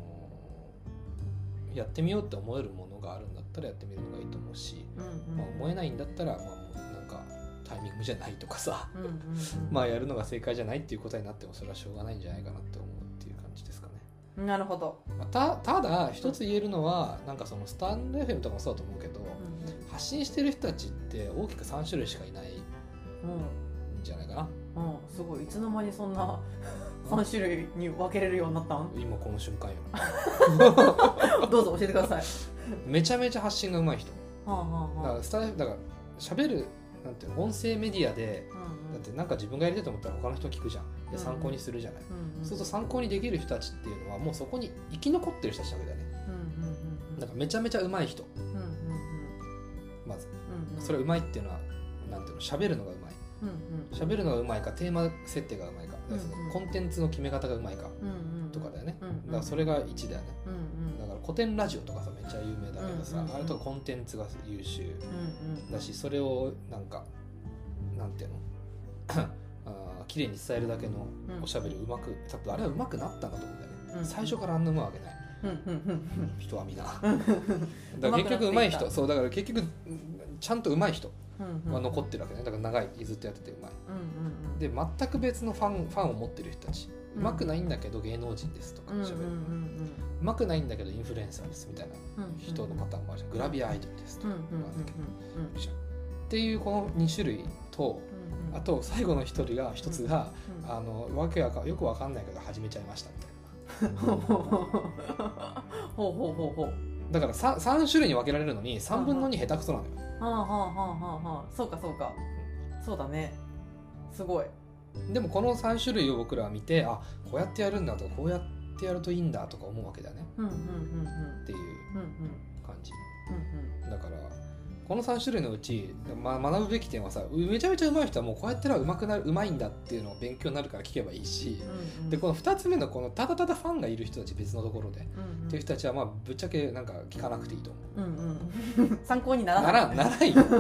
やってみようって思えるものがあるんだったらやってみるのがいいと思うし、思えないんだったら、タイミングじゃないとかさ、やるのが正解じゃないっていう答えになってもそれはしょうがないんじゃないかなって思うっていう感じですかね。 なるほど。 ただ一つ言えるのは、スタンド FM とかもそうだと思うけど、発信してる人たちって大きく3種類しかいないんじゃないかな。 すごい。いつの間にそんな3種類に分けれるようになったん？ 今この瞬間よどうぞ教えてください。 めちゃめちゃ発信が上手い人、だから喋るなんていうの音声メディアで、だってなんか自分がやりたいと思ったら他の人聞くじゃん、で参考にするじゃない、そうすると参考にできる人たちっていうのはもうそこに生き残ってる人たちなわけだよね、なんかめちゃめちゃ上手い人、まず、それ上手いっていうのはなんていうの喋るのが上手い、喋るのがうまいかテーマ設定がうまいか、コンテンツの決め方がうまいかとかだよね、だからそれが1だよね、だから古典ラジオとかさめっちゃ有名だけどさ、あれとかコンテンツが優秀だし、それをなんかなんていうの綺麗に伝えるだけのおしゃべりうまく、多分あれはうまくなったんだと思うんだよね、最初からあんなうまいわけない人はみんなだから結局うまい人、そうだから結局ちゃんとうまい人は残ってるわけね、だから長いずっとやっててうまい、で全く別のファンを持ってる人たち、うまくないんだけど芸能人ですとかしゃべる、うまくないんだけどインフルエンサーですみたいな人のパターンもあるじゃん、グラビアアイドルですとかっていうこの2種類と、あと最後の一つがわけよくわかんないけど始めちゃいましたみたいなだから 3種類に分けられるのに3分の2下手くそなのよ。 そうかそうだね、すごい。 でもこの3種類を僕らは見て、あこうやってやるんだとかこうやってやるといいんだとか思うわけだね、っていう感じ、だからこの3種類のうち、学ぶべき点はさ、めちゃめちゃ上手い人はもうこうやってら上手いんだっていうのを勉強になるから聞けばいいし、でこの2つ目のこのただただファンがいる人たち別のところで、っていう人たちはまあぶっちゃけなんか聞かなくていいと思う、参考にならないよだ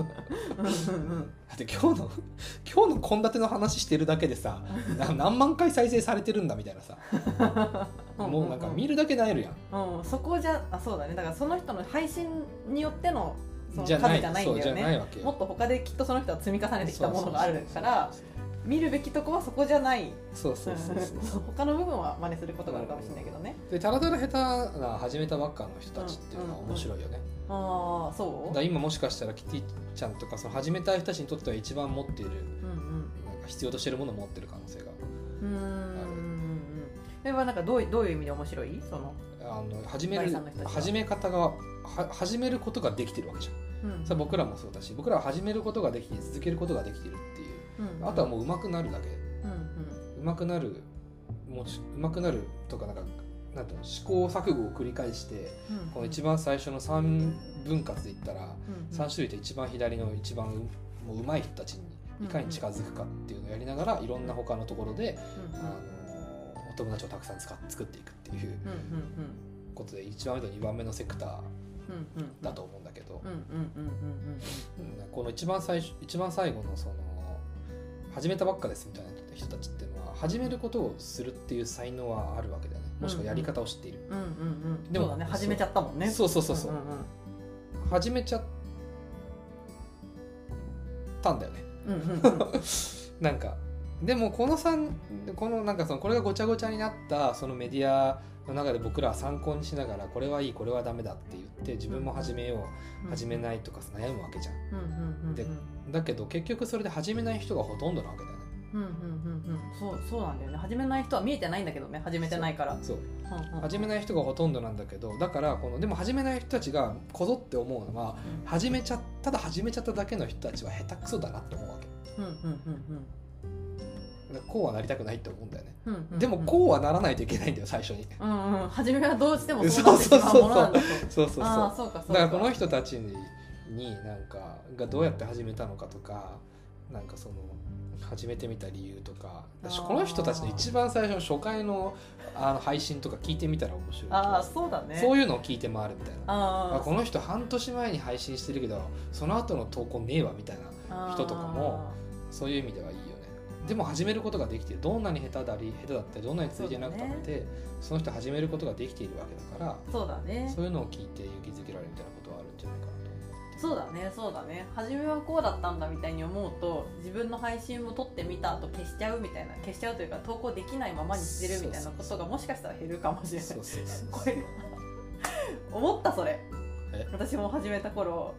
って今日の献立の話してるだけでさ何万回再生されてるんだみたいなさもうなんか見るだけなえるやん、 そこじゃそうだね、だからその人の配信によってのその数じゃないんだよね。もっと他できっとその人は積み重ねてきたものがあるから見るべきとこはそこじゃない。他の部分は真似することがあるかもしれないけどね。 でただただ下手な始めたばっかの人たちっていうのは面白いよね。 ああそうだ。 今もしかしたらキティちゃんとかその始めたい人たちにとっては一番持っている、なんか必要としているものを持っている可能性がある。 それはなんかどういう意味で面白い？その始め方が始めることができてるわけじゃん、さあ僕らもそうだし、僕らは始めることができて続けることができてるっていう、あとはもう上手くなるだけ、上手くなるとかなんていうの試行錯誤を繰り返して、この一番最初の3分割で言ったら、3種類と一番左の一番もう上手い人たちにいかに近づくかっていうのをやりながら、いろんな他のところで、お友達をたくさん作っていくっていうことで、1番目と2番目のセクターだと思うんだけど、この一番最後のその始めたばっかですみたいな人たちっていうのは始めることをするっていう才能はあるわけだよね、もしくはやり方を知っている。 でもそうだね、始めちゃったもんね。 そう、始めちゃったんだよねなんかでもこのなんかこれがごちゃごちゃになったそのメディアの中で僕らは参考にしながら、これはいいこれはダメだって言って自分も始めよう、始めないとか悩むわけじゃん、だけど結局それで始めない人がほとんどなわけだよね。 そうなんだよね。始めない人は見えてないんだけどね、始めてないから。 始めない人がほとんどなんだけど、だからでも始めない人たちがこぞって思うのは、始めちゃっただけの人たちは下手くそだなって思うわけ。こうはなりたくないって思うんだよね、でもこうはならないといけないんだよ最初に、 初めはどうしてもそうなってしまうものなんだと。 そうだからこの人たちになんかがどうやって始めたのかとか、なんかその始めてみた理由とか、この人たちの一番最初の初回の配信とか聞いてみたら面白い。 そうだね。 そういうのを聞いて回るみたいな。この人半年前に配信してるけどその後の投稿ねえわみたいな人とかもそういう意味ではいいよね。でも始めることができている、どんなに下手だったりどんなについてなくたって その人始めることができているわけだから、 そうだね、 そういうのを聞いて勇気づけられるみたいなことはあるんじゃないかなと思って。 そうだね。初めはこうだったんだみたいに思うと、自分の配信を撮ってみた後消しちゃうというか投稿できないままにしてるみたいなことがもしかしたら減るかもしれない。これ思ったそれ。私も始めた頃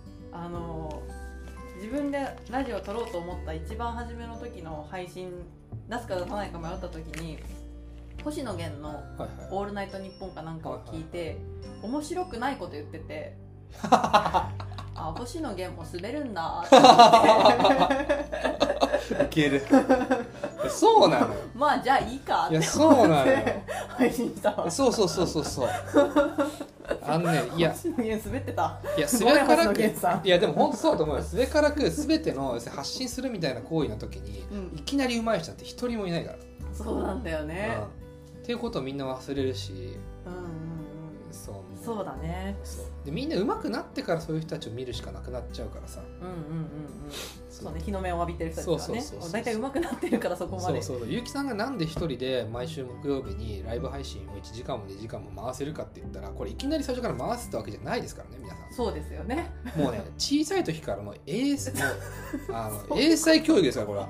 自分でラジオを撮ろうと思った一番初めの時の配信出すか出さないか迷った時に星野源の「オールナイトニッポン」かなんかを聞いて、面白くないこと言っててあ、星野源も滑るんだいけるそうなのよ。 まあじゃあいいかっていやそうなのよ配信したわ。 そういや星野源滑ってた。 いやすべからくいやでも本当そうだと思うよ。すべからく全ての発信するみたいな行為の時に、いきなり上手い人なんて一人もいないから。 そうなんだよね、 っていうことをみんな忘れるし、 そうだね。 でみんな上手くなってからそういう人たちを見るしかなくなっちゃうからさ。 そうね、日の目を浴びてる人たちがね、だいたい上手くなってるからそこまで。 そう結城さんがなんで一人で毎週木曜日にライブ配信を1時間も2時間も回せるかって言ったら、これいきなり最初から回すってわけじゃないですからね、皆さん。 そうですよね。 もうね、小さい時からの英才教育ですから、これは。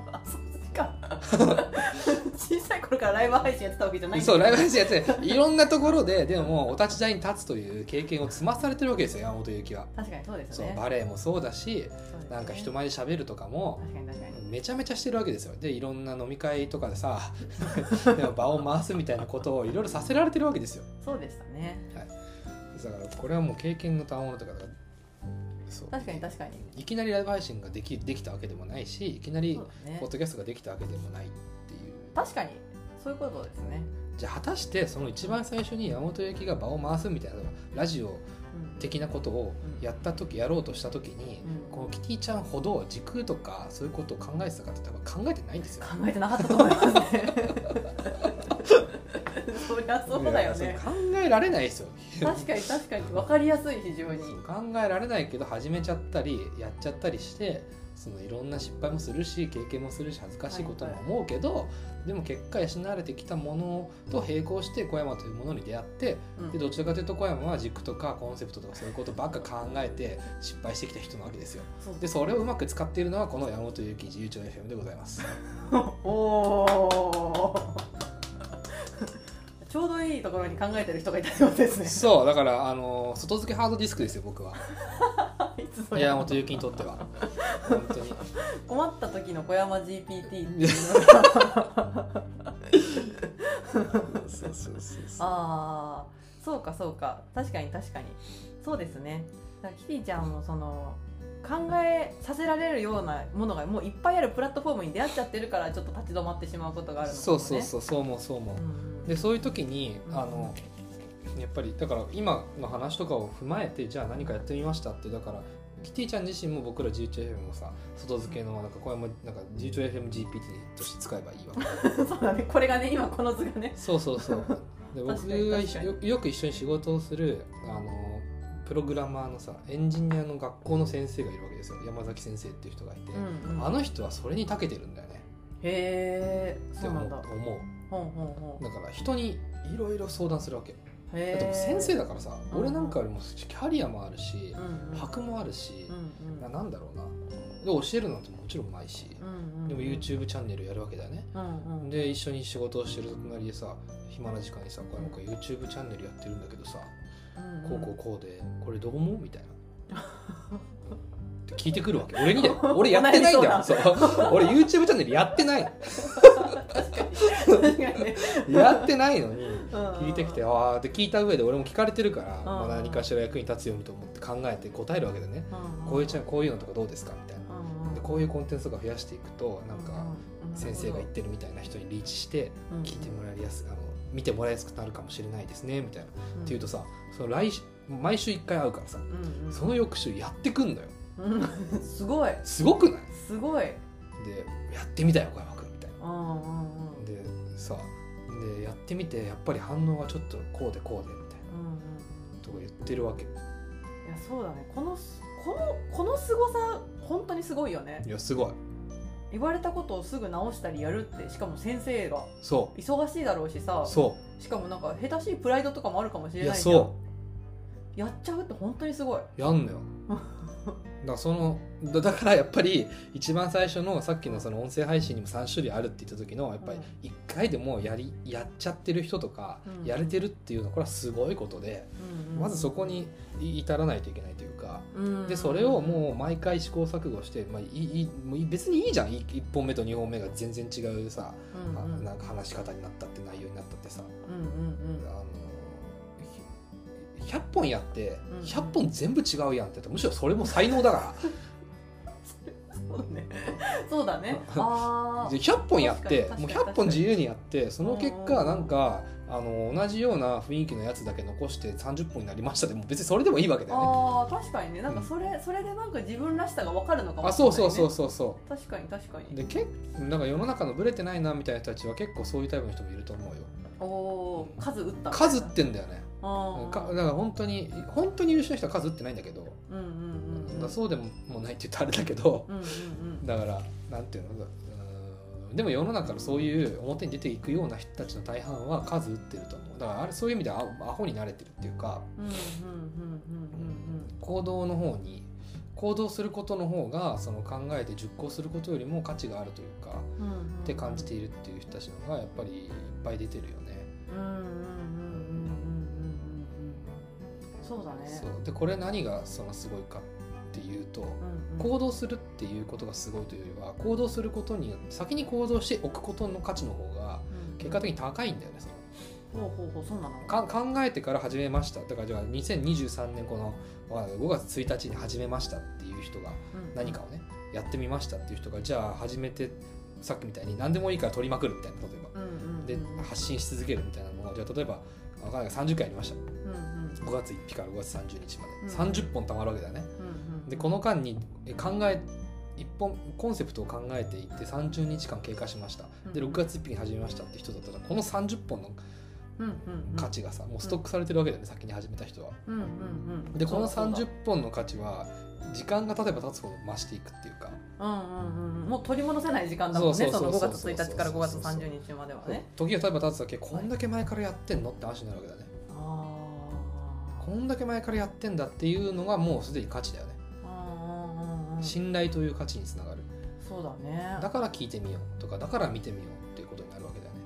小さい頃からライブ配信やってたわけじゃないんだ。 そう、ライブ配信やっていろんなところででもお立ち台に立つという経験を積まされてるわけですよ、山本由紀は。 確かにそうですね。 そうバレエもそうだし、なんか人前で喋るとかもめちゃめちゃしてるわけですよ。でいろんな飲み会とかでさでも場を回すみたいなことをいろいろさせられてるわけですよ。 そうでしたね、 はい、だからこれはもう経験の賜物とかそう確かにいきなりライブ配信ができたわけでもないし、いきなりポッドキャストができたわけでもないっていう。 確かにそういうことですね。 じゃあ果たしてその一番最初に山本由紀が場を回すみたいなラジオ的なことをやろうとした時に、このキティちゃんほど時空とかそういうことを考えてたかって多分考えてないんですよ。 考えてなかったと思いますねそりゃそうだよね。 考えられないですよ。 確かに分かりやすい。非常に考えられないけど始めちゃったりやっちゃったりして、そのいろんな失敗もするし経験もするし恥ずかしいことも思うけど、でも結果養われてきたものと並行して小山というものに出会って、でどちらかというと小山は軸とかコンセプトとかそういうことばっか考えて失敗してきた人なわけですよ。でそれをうまく使っているのはこの山本由紀自由帳 FM でございますちょうどいいところに考えてる人がいたようですね。 そうだから外付けハードディスクですよ僕は山本由紀にとっては本当に困った時の小山 GPT っていうのああそうか確かにそうですね。だからキティちゃんもその考えさせられるようなものがもういっぱいあるプラットフォームに出会っちゃってるからちょっと立ち止まってしまうことがあるのかもね。 そう思う、でそういう時にやっぱりだから今の話とかを踏まえてじゃあ何かやってみましたって、だからキティちゃん自身も僕ら G2FM もさ外付けのなんかこれもなんか G2FMGPT として使えばいいわそうだね、これがね今この図がねそうで僕がよく一緒に仕事をするプログラマーのさエンジニアの学校の先生がいるわけですよ。山崎先生っていう人がいて、あの人はそれに長けてるんだよね。 へえ、そうなんだ。 思う。だから人にいろいろ相談するわけ。だってもう先生だからさ、俺なんかよりもキャリアもあるし、箔もあるし、なんだろうな。で教えるのってもちろんうまいし、でも YouTube チャンネルやるわけだよね。で一緒に仕事をしてる隣でさ、暇な時間にさ、これなんか YouTube チャンネルやってるんだけどさ、こうでこれどう思うみたいなって聞いてくるわけ。俺にだよ。俺やってないんだよ。そう俺 YouTube チャンネルやってない確かにねやってないのに聞いてきて、ああって聞いた上で俺も聞かれてるから、何かしら役に立つようにと思って考えて答えるわけでね、こういうのとかどうですかみたいな、でこういうコンテンツとか増やしていくとなんか先生が言ってるみたいな人にリーチして聞いてもらいやす見てもらいやすくなるかもしれないですねみたいな、っていうとさ、その毎週1回会うからさ、その翌週やってくんだよ。 すごい。 すごくない？すごい。 でやってみたよ小山君みたいな。でさでやってみてやっぱり反応がちょっとこうでみたいな、とか言ってるわけ。いやそうだね。このすごさ本当にすごいよね。 いやすごい。 言われたことをすぐ直したりやるって、しかも先生がそう忙しいだろうしさ、 そうしかもなんか下手しいプライドとかもあるかもしれないじゃん。やっちゃうって本当にすごい。 やんのよだからやっぱり一番最初のさっきのその音声配信にも3種類あるって言った時のやっぱり1回でもやっちゃってる人とか、やれてるっていうのはこれはすごいことで、まずそこに至らないといけないというか、でそれをもう毎回試行錯誤して、別にいいじゃん。1本目と2本目が全然違うさ、なんか話し方になったって内容になったってさ、 100本やって100本全部違うやんって言ったらむしろそれも才能だからそうだねあ 100本やってもう100本自由にやってその結果なんか同じような雰囲気のやつだけ残して30本になりましたでも別にそれでもいいわけだよね。 あ確かにねなんかそれでなんか自分らしさが分かるのかもしれない、 ね、 そう確かにでなんか世の中のブレてないなみたいな人たちは結構そういうタイプの人もいると思うよ。 お数打った数打ってんだよね。だから本当に優秀な人は数打ってないんだけど、だそうでもないって言ったらあれだけど、だからなんていうのでも世の中のそういう表に出ていくような人たちの大半は数打ってると思う。だからあれそういう意味ではアホに慣れてるっていうか行動することの方がその考えて実行することよりも価値があるというか、って感じているっていう人たちの方がやっぱりいっぱい出てるよね。 そうだね。 そうでこれ何がそのすごいかっていうと、行動するっていうことがすごいというよりは行動することによって先に行動しておくことの価値の方が結果的に高いんだよね。 そうなの。 考えてから始めました。だからじゃあ2023年この5月1日に始めましたっていう人が何かをねやってみましたっていう人がじゃあ始めてさっきみたいに何でもいいから取りまくるみたいな例えば、で発信し続けるみたいなのをじゃあ例えば分かんない30回やりました、5月1日から5月30日まで、30本たまるわけだよね、でこの間に一本コンセプトを考えていって30日間経過しました、で6月1日に始めましたって人だったらこの30本の価値がさもうストックされてるわけだよね、先に始めた人は、でこの30本の価値は時間が経てば経つほど増していくっていうか、 もう取り戻せない時間だもんね。その5月1日から5月30日まではね。 時が経てば経つだけこんだけ前からやってんのって話になるわけだね。こんだけ前からやってんだっていうのがもうすでに価値だよね。信頼という価値につながる。 そうだね。 だから聞いてみようとかだから見てみようっていうことになるわけだよね。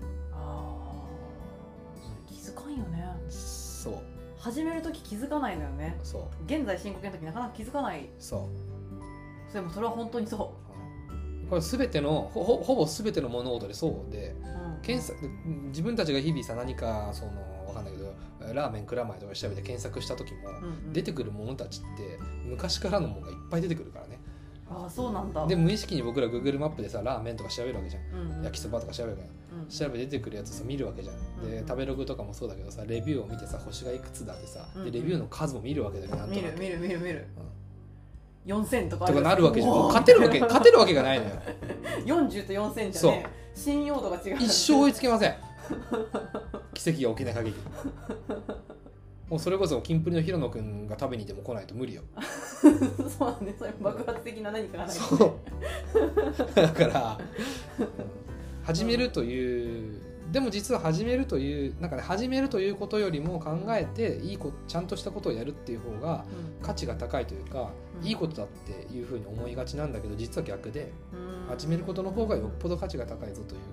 気づかんよね。 そう始めるとき気づかないのよね。 そう現在進行形のときなかなか気づかない。でもそれは本当にそう。 これ全てのほぼ全ての物事でそうで、自分たちが日々さ何かその分かんないけどラーメン蔵前とか調べて検索した時も、出てくるものたちって昔からのものがいっぱい出てくるからね。 そうなんだ。 で無意識に僕ら Google マップでさラーメンとか調べるわけじゃん、焼きそばとか調べるわけじゃん、調べて出てくるやつさ見るわけじゃん、で食べログとかもそうだけどさレビューを見てさ星がいくつだってさ、でレビューの数も見るわけだよね。なんとなく見る、4000とかなるわけじゃん。もう勝てるわけがないのよ 40と4000じゃね信用度が違う。 一生追いつけません奇跡が起きない限りもうそれこそキンプリの平野くんが食べにでも来ないと無理よそうだね。それ爆発的な何かがないと、ね、 そうだから始めるというでも実は始めるというなんかね始めるということよりも考えてちゃんとしたことをやるっていう方が価値が高いというか、いいことだっていうふうに思いがちなんだけど実は逆で、始めることの方がよっぽど価値が高いぞという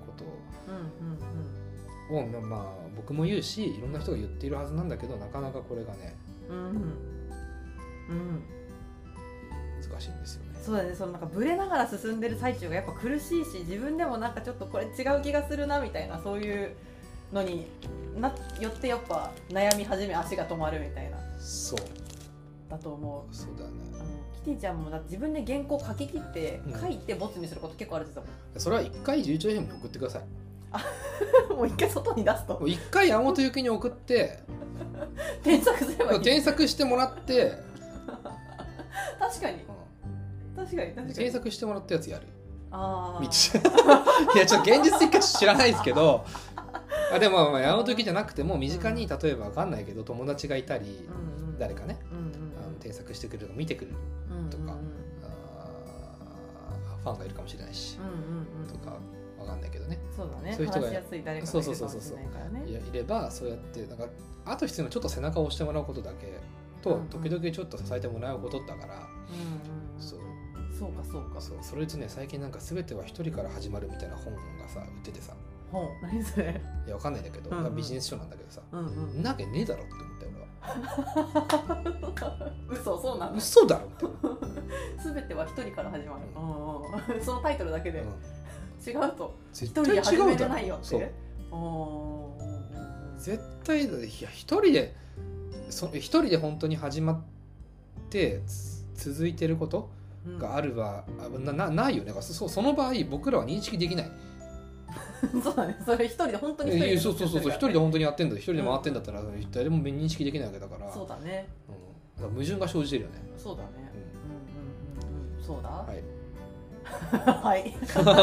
ことを、まあ僕も言うしいろんな人が言っているはずなんだけどなかなかこれがね、難しいんですよね。 そうだね。そのなんかブレながら進んでる最中がやっぱ苦しいし自分でもなんかちょっとこれ違う気がするなみたいなそういうのによってやっぱ悩み始め足が止まるみたいな。 そうだと思う。 そうだね。 キティちゃんもだって自分で原稿書き切って書いてボツにすること結構あるって言ってたもん。 それは一回11編に送ってください。 もう一回外に出すと。 一回山本ゆきに送って添削すればいい。 添削してもらって確かに。 検索してもらったやつやる。 いやちょっと現実的か知らないですけどでも山本ゆきじゃなくても身近に例えば分かんないけど友達がいたり、誰かね、添削してくれるとか見てくれるとか、ファンがいるかもしれないし、とか分かんないけどね。 そうだね。 そういう人が話しやすい誰かがいるかもしれないからね。 いればそうやってなんかあと必要なちょっと背中を押してもらうことだけと、時々ちょっと支えてもらうことだから、それとね最近なんか全ては一人から始まるみたいな本がさ売っててさ、 何それ。 いやわかんないんだけど、ビジネス書なんだけどさ、なわけねえだろって思ったよ俺は。 そうなんだ。 嘘だろって全ては一人から始まる、そのタイトルだけで、違うと一人で始めれないよって。 絶対いや一人で一人で本当に始まって続いてることがあるは、ないよね。その場合僕らは認識できない。 そうだね、それ一人で本当に一人で、 そう一人で本当にやってんだ、一人で回ってんだったら誰も認識できないわけだから。 そうだね、 だから矛盾が生じてるよね。 そうだね、そうだ、 はいはい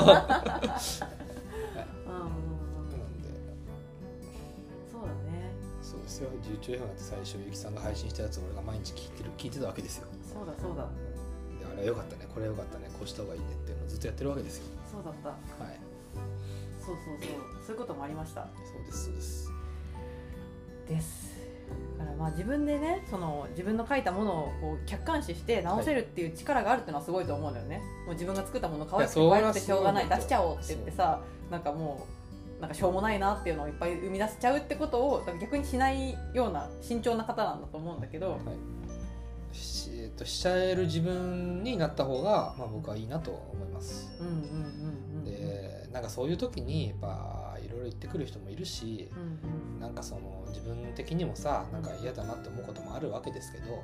そうだね。 そうですよ。重長編って最初ゆきさんが配信したやつを俺が毎日聞いてたわけですよ。 そうだそうだ。 であれは良かったね、これは良かったね、こうした方がいいねっていうのをずっとやってるわけですよ。 そうだった。 はい。 そういうこともありました。 そうですです。だからまあ自分でね、その自分の書いたものをこう客観視して直せるっていう力があるっていうのはすごいと思うんだよね。もう自分が作ったもの可愛くて可愛くてしょうがない、出しちゃおうって言ってさ、なんかもうなんかしょうもないなっていうのをいっぱい生み出しちゃうってことを逆にしないような慎重な方なんだと思うんだけど、 しちゃえる自分になった方が、まあ、僕はいいなと思います。でなんかそういう時にやっぱいろいろ言ってくる人もいるし、なんかその自分的にもさなんか嫌だなって思うこともあるわけですけど、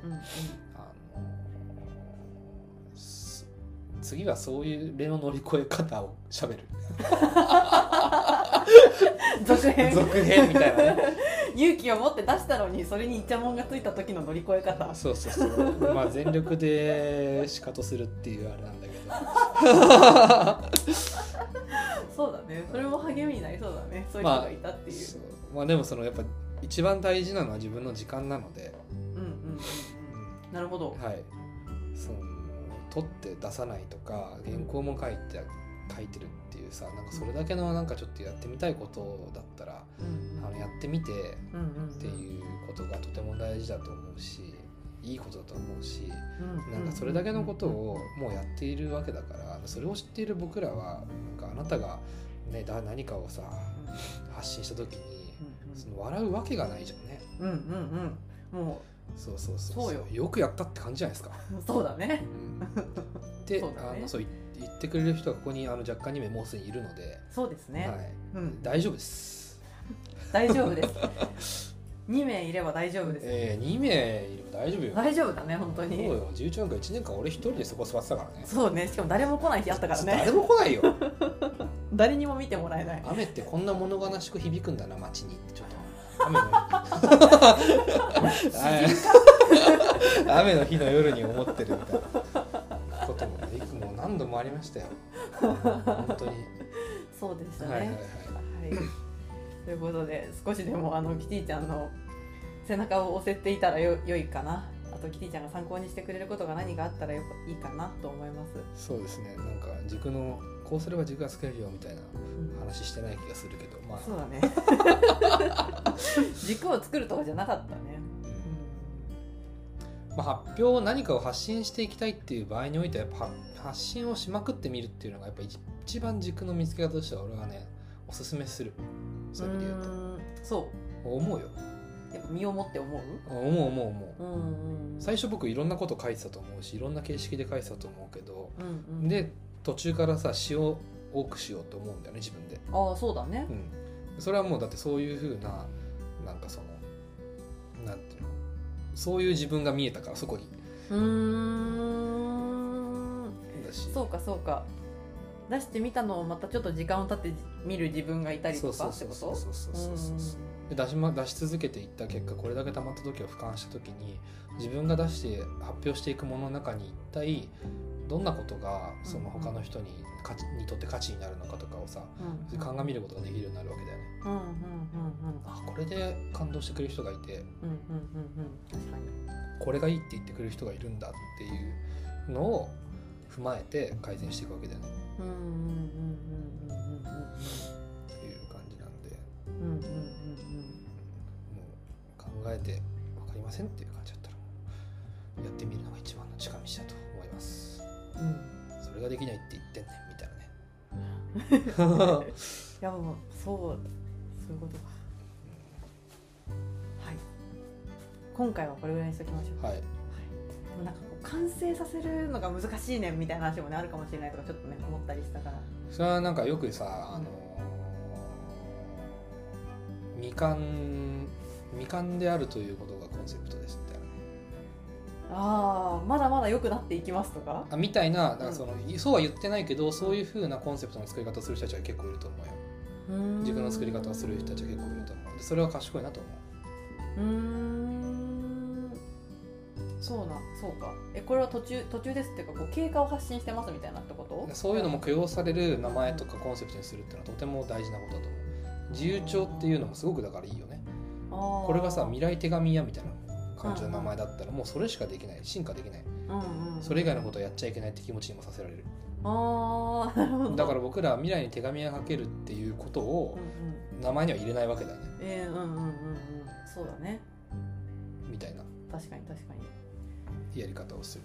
次はそういう例の乗り越え方をしゃべる続編みたいなね勇気を持って出したのにそれにイチャモンがついた時の乗り越え方。 そうまあ全力でシカトするっていうあれなんだけどそうだね、それも励みになりそうだね、そういう人がいたっていう。 まあでもそのやっぱ一番大事なのは自分の時間なので、 なるほど。 はい、その撮って出さないとか原稿も書いてるっていうさ、なんかそれだけのなんかちょっとやってみたいことだったら、やってみてっていうことがとても大事だと思うし、いいことだと思うし、なんかそれだけのことをもうやっているわけだから、それを知っている僕らはなんかあなたが、ね、何かをさ発信した時にその笑うわけがないじゃんね。 もうそうよくやったって感じじゃないですか。 そうだね。 でそう言ってくれる人がここに若干2名もうすでにいるので、 そうですね、 大丈夫です大丈夫です2名いれば大丈夫です。 2名いれば大丈夫よ。 大丈夫だね、本当に。 そうよ、11年間1年間俺一人でそこ座ってたからね。 そうね、しかも誰も来ない日あったからね。 誰も来ないよ誰にも見てもらえない。 雨ってこんな物悲しく響くんだな街にってちょっと雨の日の夜に思ってるみたいなことももう何度もありましたよ本当に。 そうでしたね。ということで少しでもキティちゃんの背中を押せていたら良いかな。あとキティちゃんが参考にしてくれることが何かあったらいいかなと思います。 そうですね、なんか軸のこうすれば軸がつけるよみたいな話してない気がするけど、まあそうだね軸を作るとかじゃなかったね。 まあ、発表何かを発信していきたいっていう場合においてはやっぱ発信をしまくってみるっていうのがやっぱ一番軸の見つけ方としては俺はねおすすめする。そういう意味で言うとそう思うよ。 やっぱ身をもって思う。 最初僕いろんなこと書いてたと思うし、いろんな形式で書いてたと思うけど、で途中からさ詩を多くしようと思うんだよね自分で。 ああそうだね、 それはもうだってそういう風ななんかそのなんていうの、そういう自分が見えたからそこに。 そうか出してみたのをまたちょっと時間を経って見る自分がいたりとかってこと。 出し続けていった結果これだけ溜まった時を俯瞰した時に自分が出して発表していくものの中に一体どんなことがその他の人にとって価値になるのかとかをさ、鑑みることができるようになるわけだよね。これで感動してくれる人がいて、これがいいって言ってくれる人がいるんだっていうのを踏まえて改善していくわけだよね。っていう感じなんで、もう考えて分かりませんっていう感じだったらやってみるのが一番の近道だと思います。それができないって言ってんねみたいなね。 いやもうそういうことか。はい。今回はこれぐらいにしときましょう。はい。でもなんか完成させるのが難しいねみたいな話もねあるかもしれないとかちょっとね思ったりしたから。 それはなんかよくさ未完未完であるということがコンセプトですみたいな。 ああ、まだまだ良くなっていきますとかみたいな、なんかそうは言ってないけど、そういう風なコンセプトの作り方をする人たちは結構いると思うよ。自分の作り方をする人たちは結構いると思う。でそれは賢いなと思う。 そうか。これは途中ですっていうか、こう経過を発信してますみたいなってこと？ そういうのも許容される名前とかコンセプトにするっていうのはとても大事なことだと思う。自由帳っていうのもすごくだからいいよね。これがさ、未来手紙屋みたいな感じの名前だったらもうそれしかできない、進化できない、それ以外のことをやっちゃいけないって気持ちにもさせられる。 なるほど。 だから僕らは未来に手紙をかけるっていうことを名前には入れないわけだよね。 そうだね。 みたいな。 確かにやり方をする。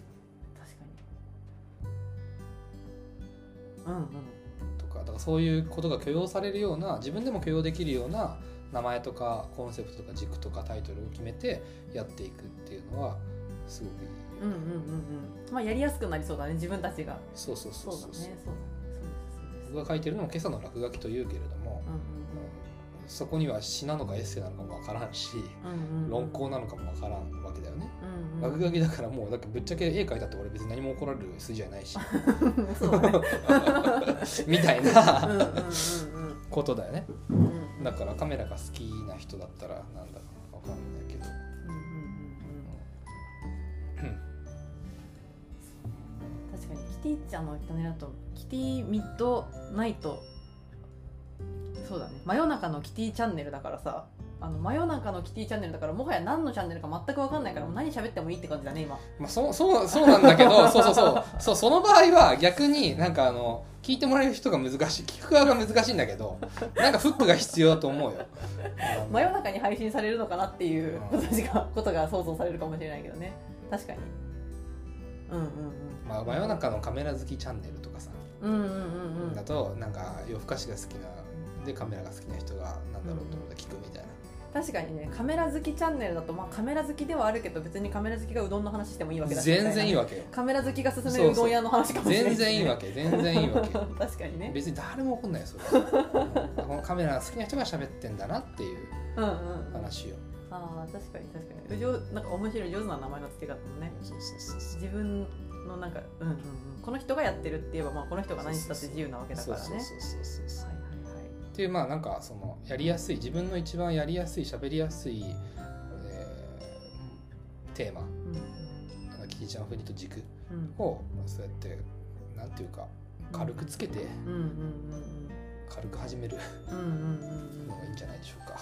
確かに。 とか、だからそういうことが許容されるような、自分でも許容できるような名前とかコンセプトとか軸とかタイトルを決めてやっていくっていうのはすごくいい。 まあやりやすくなりそうだね、自分たちが。 そうだね。僕が書いてるのも今朝の落書きというけれども、そこには詩なのかエッセイなのかもわからんし、論考なのかもわからんわけだよね。落書きだからもうだってぶっちゃけ絵描いたって俺別に何も怒られる筋じゃないしそうだねみたいなことだよね。だからカメラが好きな人だったらなんだろうわかんないけど、 確かにキティちゃんの言ったねだとキティミッドナイト、そうだね、真夜中のキティチャンネルだからさ、真夜中のキティチャンネルだからもはや何のチャンネルか全く分かんないから、もう何喋ってもいいって感じだね今。 そうなんだけどそうその場合は逆になんか聞いてもらえる人が難しい、聞く側が難しいんだけど、なんかフックが必要だと思うよ真夜中に配信されるのかなっていうことが想像されるかもしれないけどね。確かに。 まあ、真夜中のカメラ好きチャンネルとかさ、だとなんか夜更かしが好きなでカメラが好きな人がなんだろうと思って聞くみたいな。 確かにね、カメラ好きチャンネルだと、まあ、カメラ好きではあるけど別にカメラ好きがうどんの話してもいいわけだし、 全然いいわけよ。 カメラ好きが勧めるうどん屋の話かもしれない、 全然いいわけ確かにね、 別に誰も怒んないよそれこのカメラ好きな人が喋ってんだなっていう話よ。 ああ、確かになんか面白い上手な名前の付け方もね。自分のなんかこの人がやってるって言えば、まあ、この人が何したって自由なわけだからね。っていう、まあなんかそのやりやすい、自分の一番やりやすい喋りやすい、テーマ、キティちゃんフリーと軸をそうやってなんていうか軽くつけて軽く始めるのがいいんじゃないでしょうか。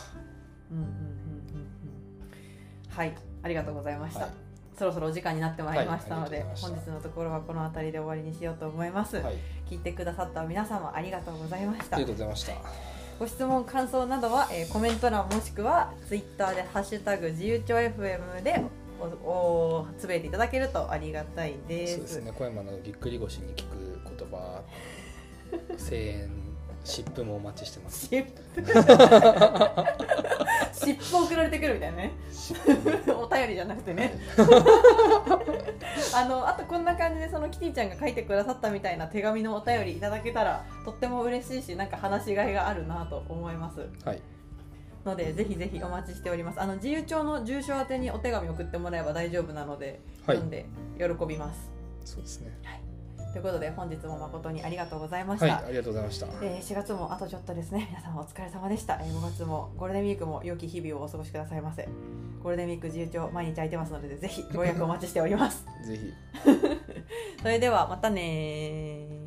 はい、 ありがとうございました。そろそろお時間になってまいりましたので、本日のところはこの辺りで終わりにしようと思います。聞いてくださった皆様ありがとうございました。 ありがとうございました。 ご質問感想などは、コメント欄もしくはツイッターでハッシュタグ自由帳 FM でつぶやいていただけるとありがたいです。 そうですね、小山のぎっくり腰に聞く言葉声援湿布もお待ちしてます。 湿布送られてくるみたいなねお便りじゃなくてねあとこんな感じでそのキティちゃんが書いてくださったみたいな手紙のお便りいただけたらとっても嬉しいし、なんか話しがいがあるなと思います。のでぜひぜひお待ちしております。自由帳の住所宛てにお手紙送ってもらえば大丈夫なので、読んで喜びます。 そうですね。 ということで本日も誠にありがとうございました。 ありがとうございました。 4月もあとちょっとですね。皆さんお疲れ様でした。5月もゴールデンウィークも良き日々をお過ごしくださいませ。ゴールデンウィーク自由帳毎日空いてますのでぜひご予約お待ちしております。 ぜひ。 それではまたね。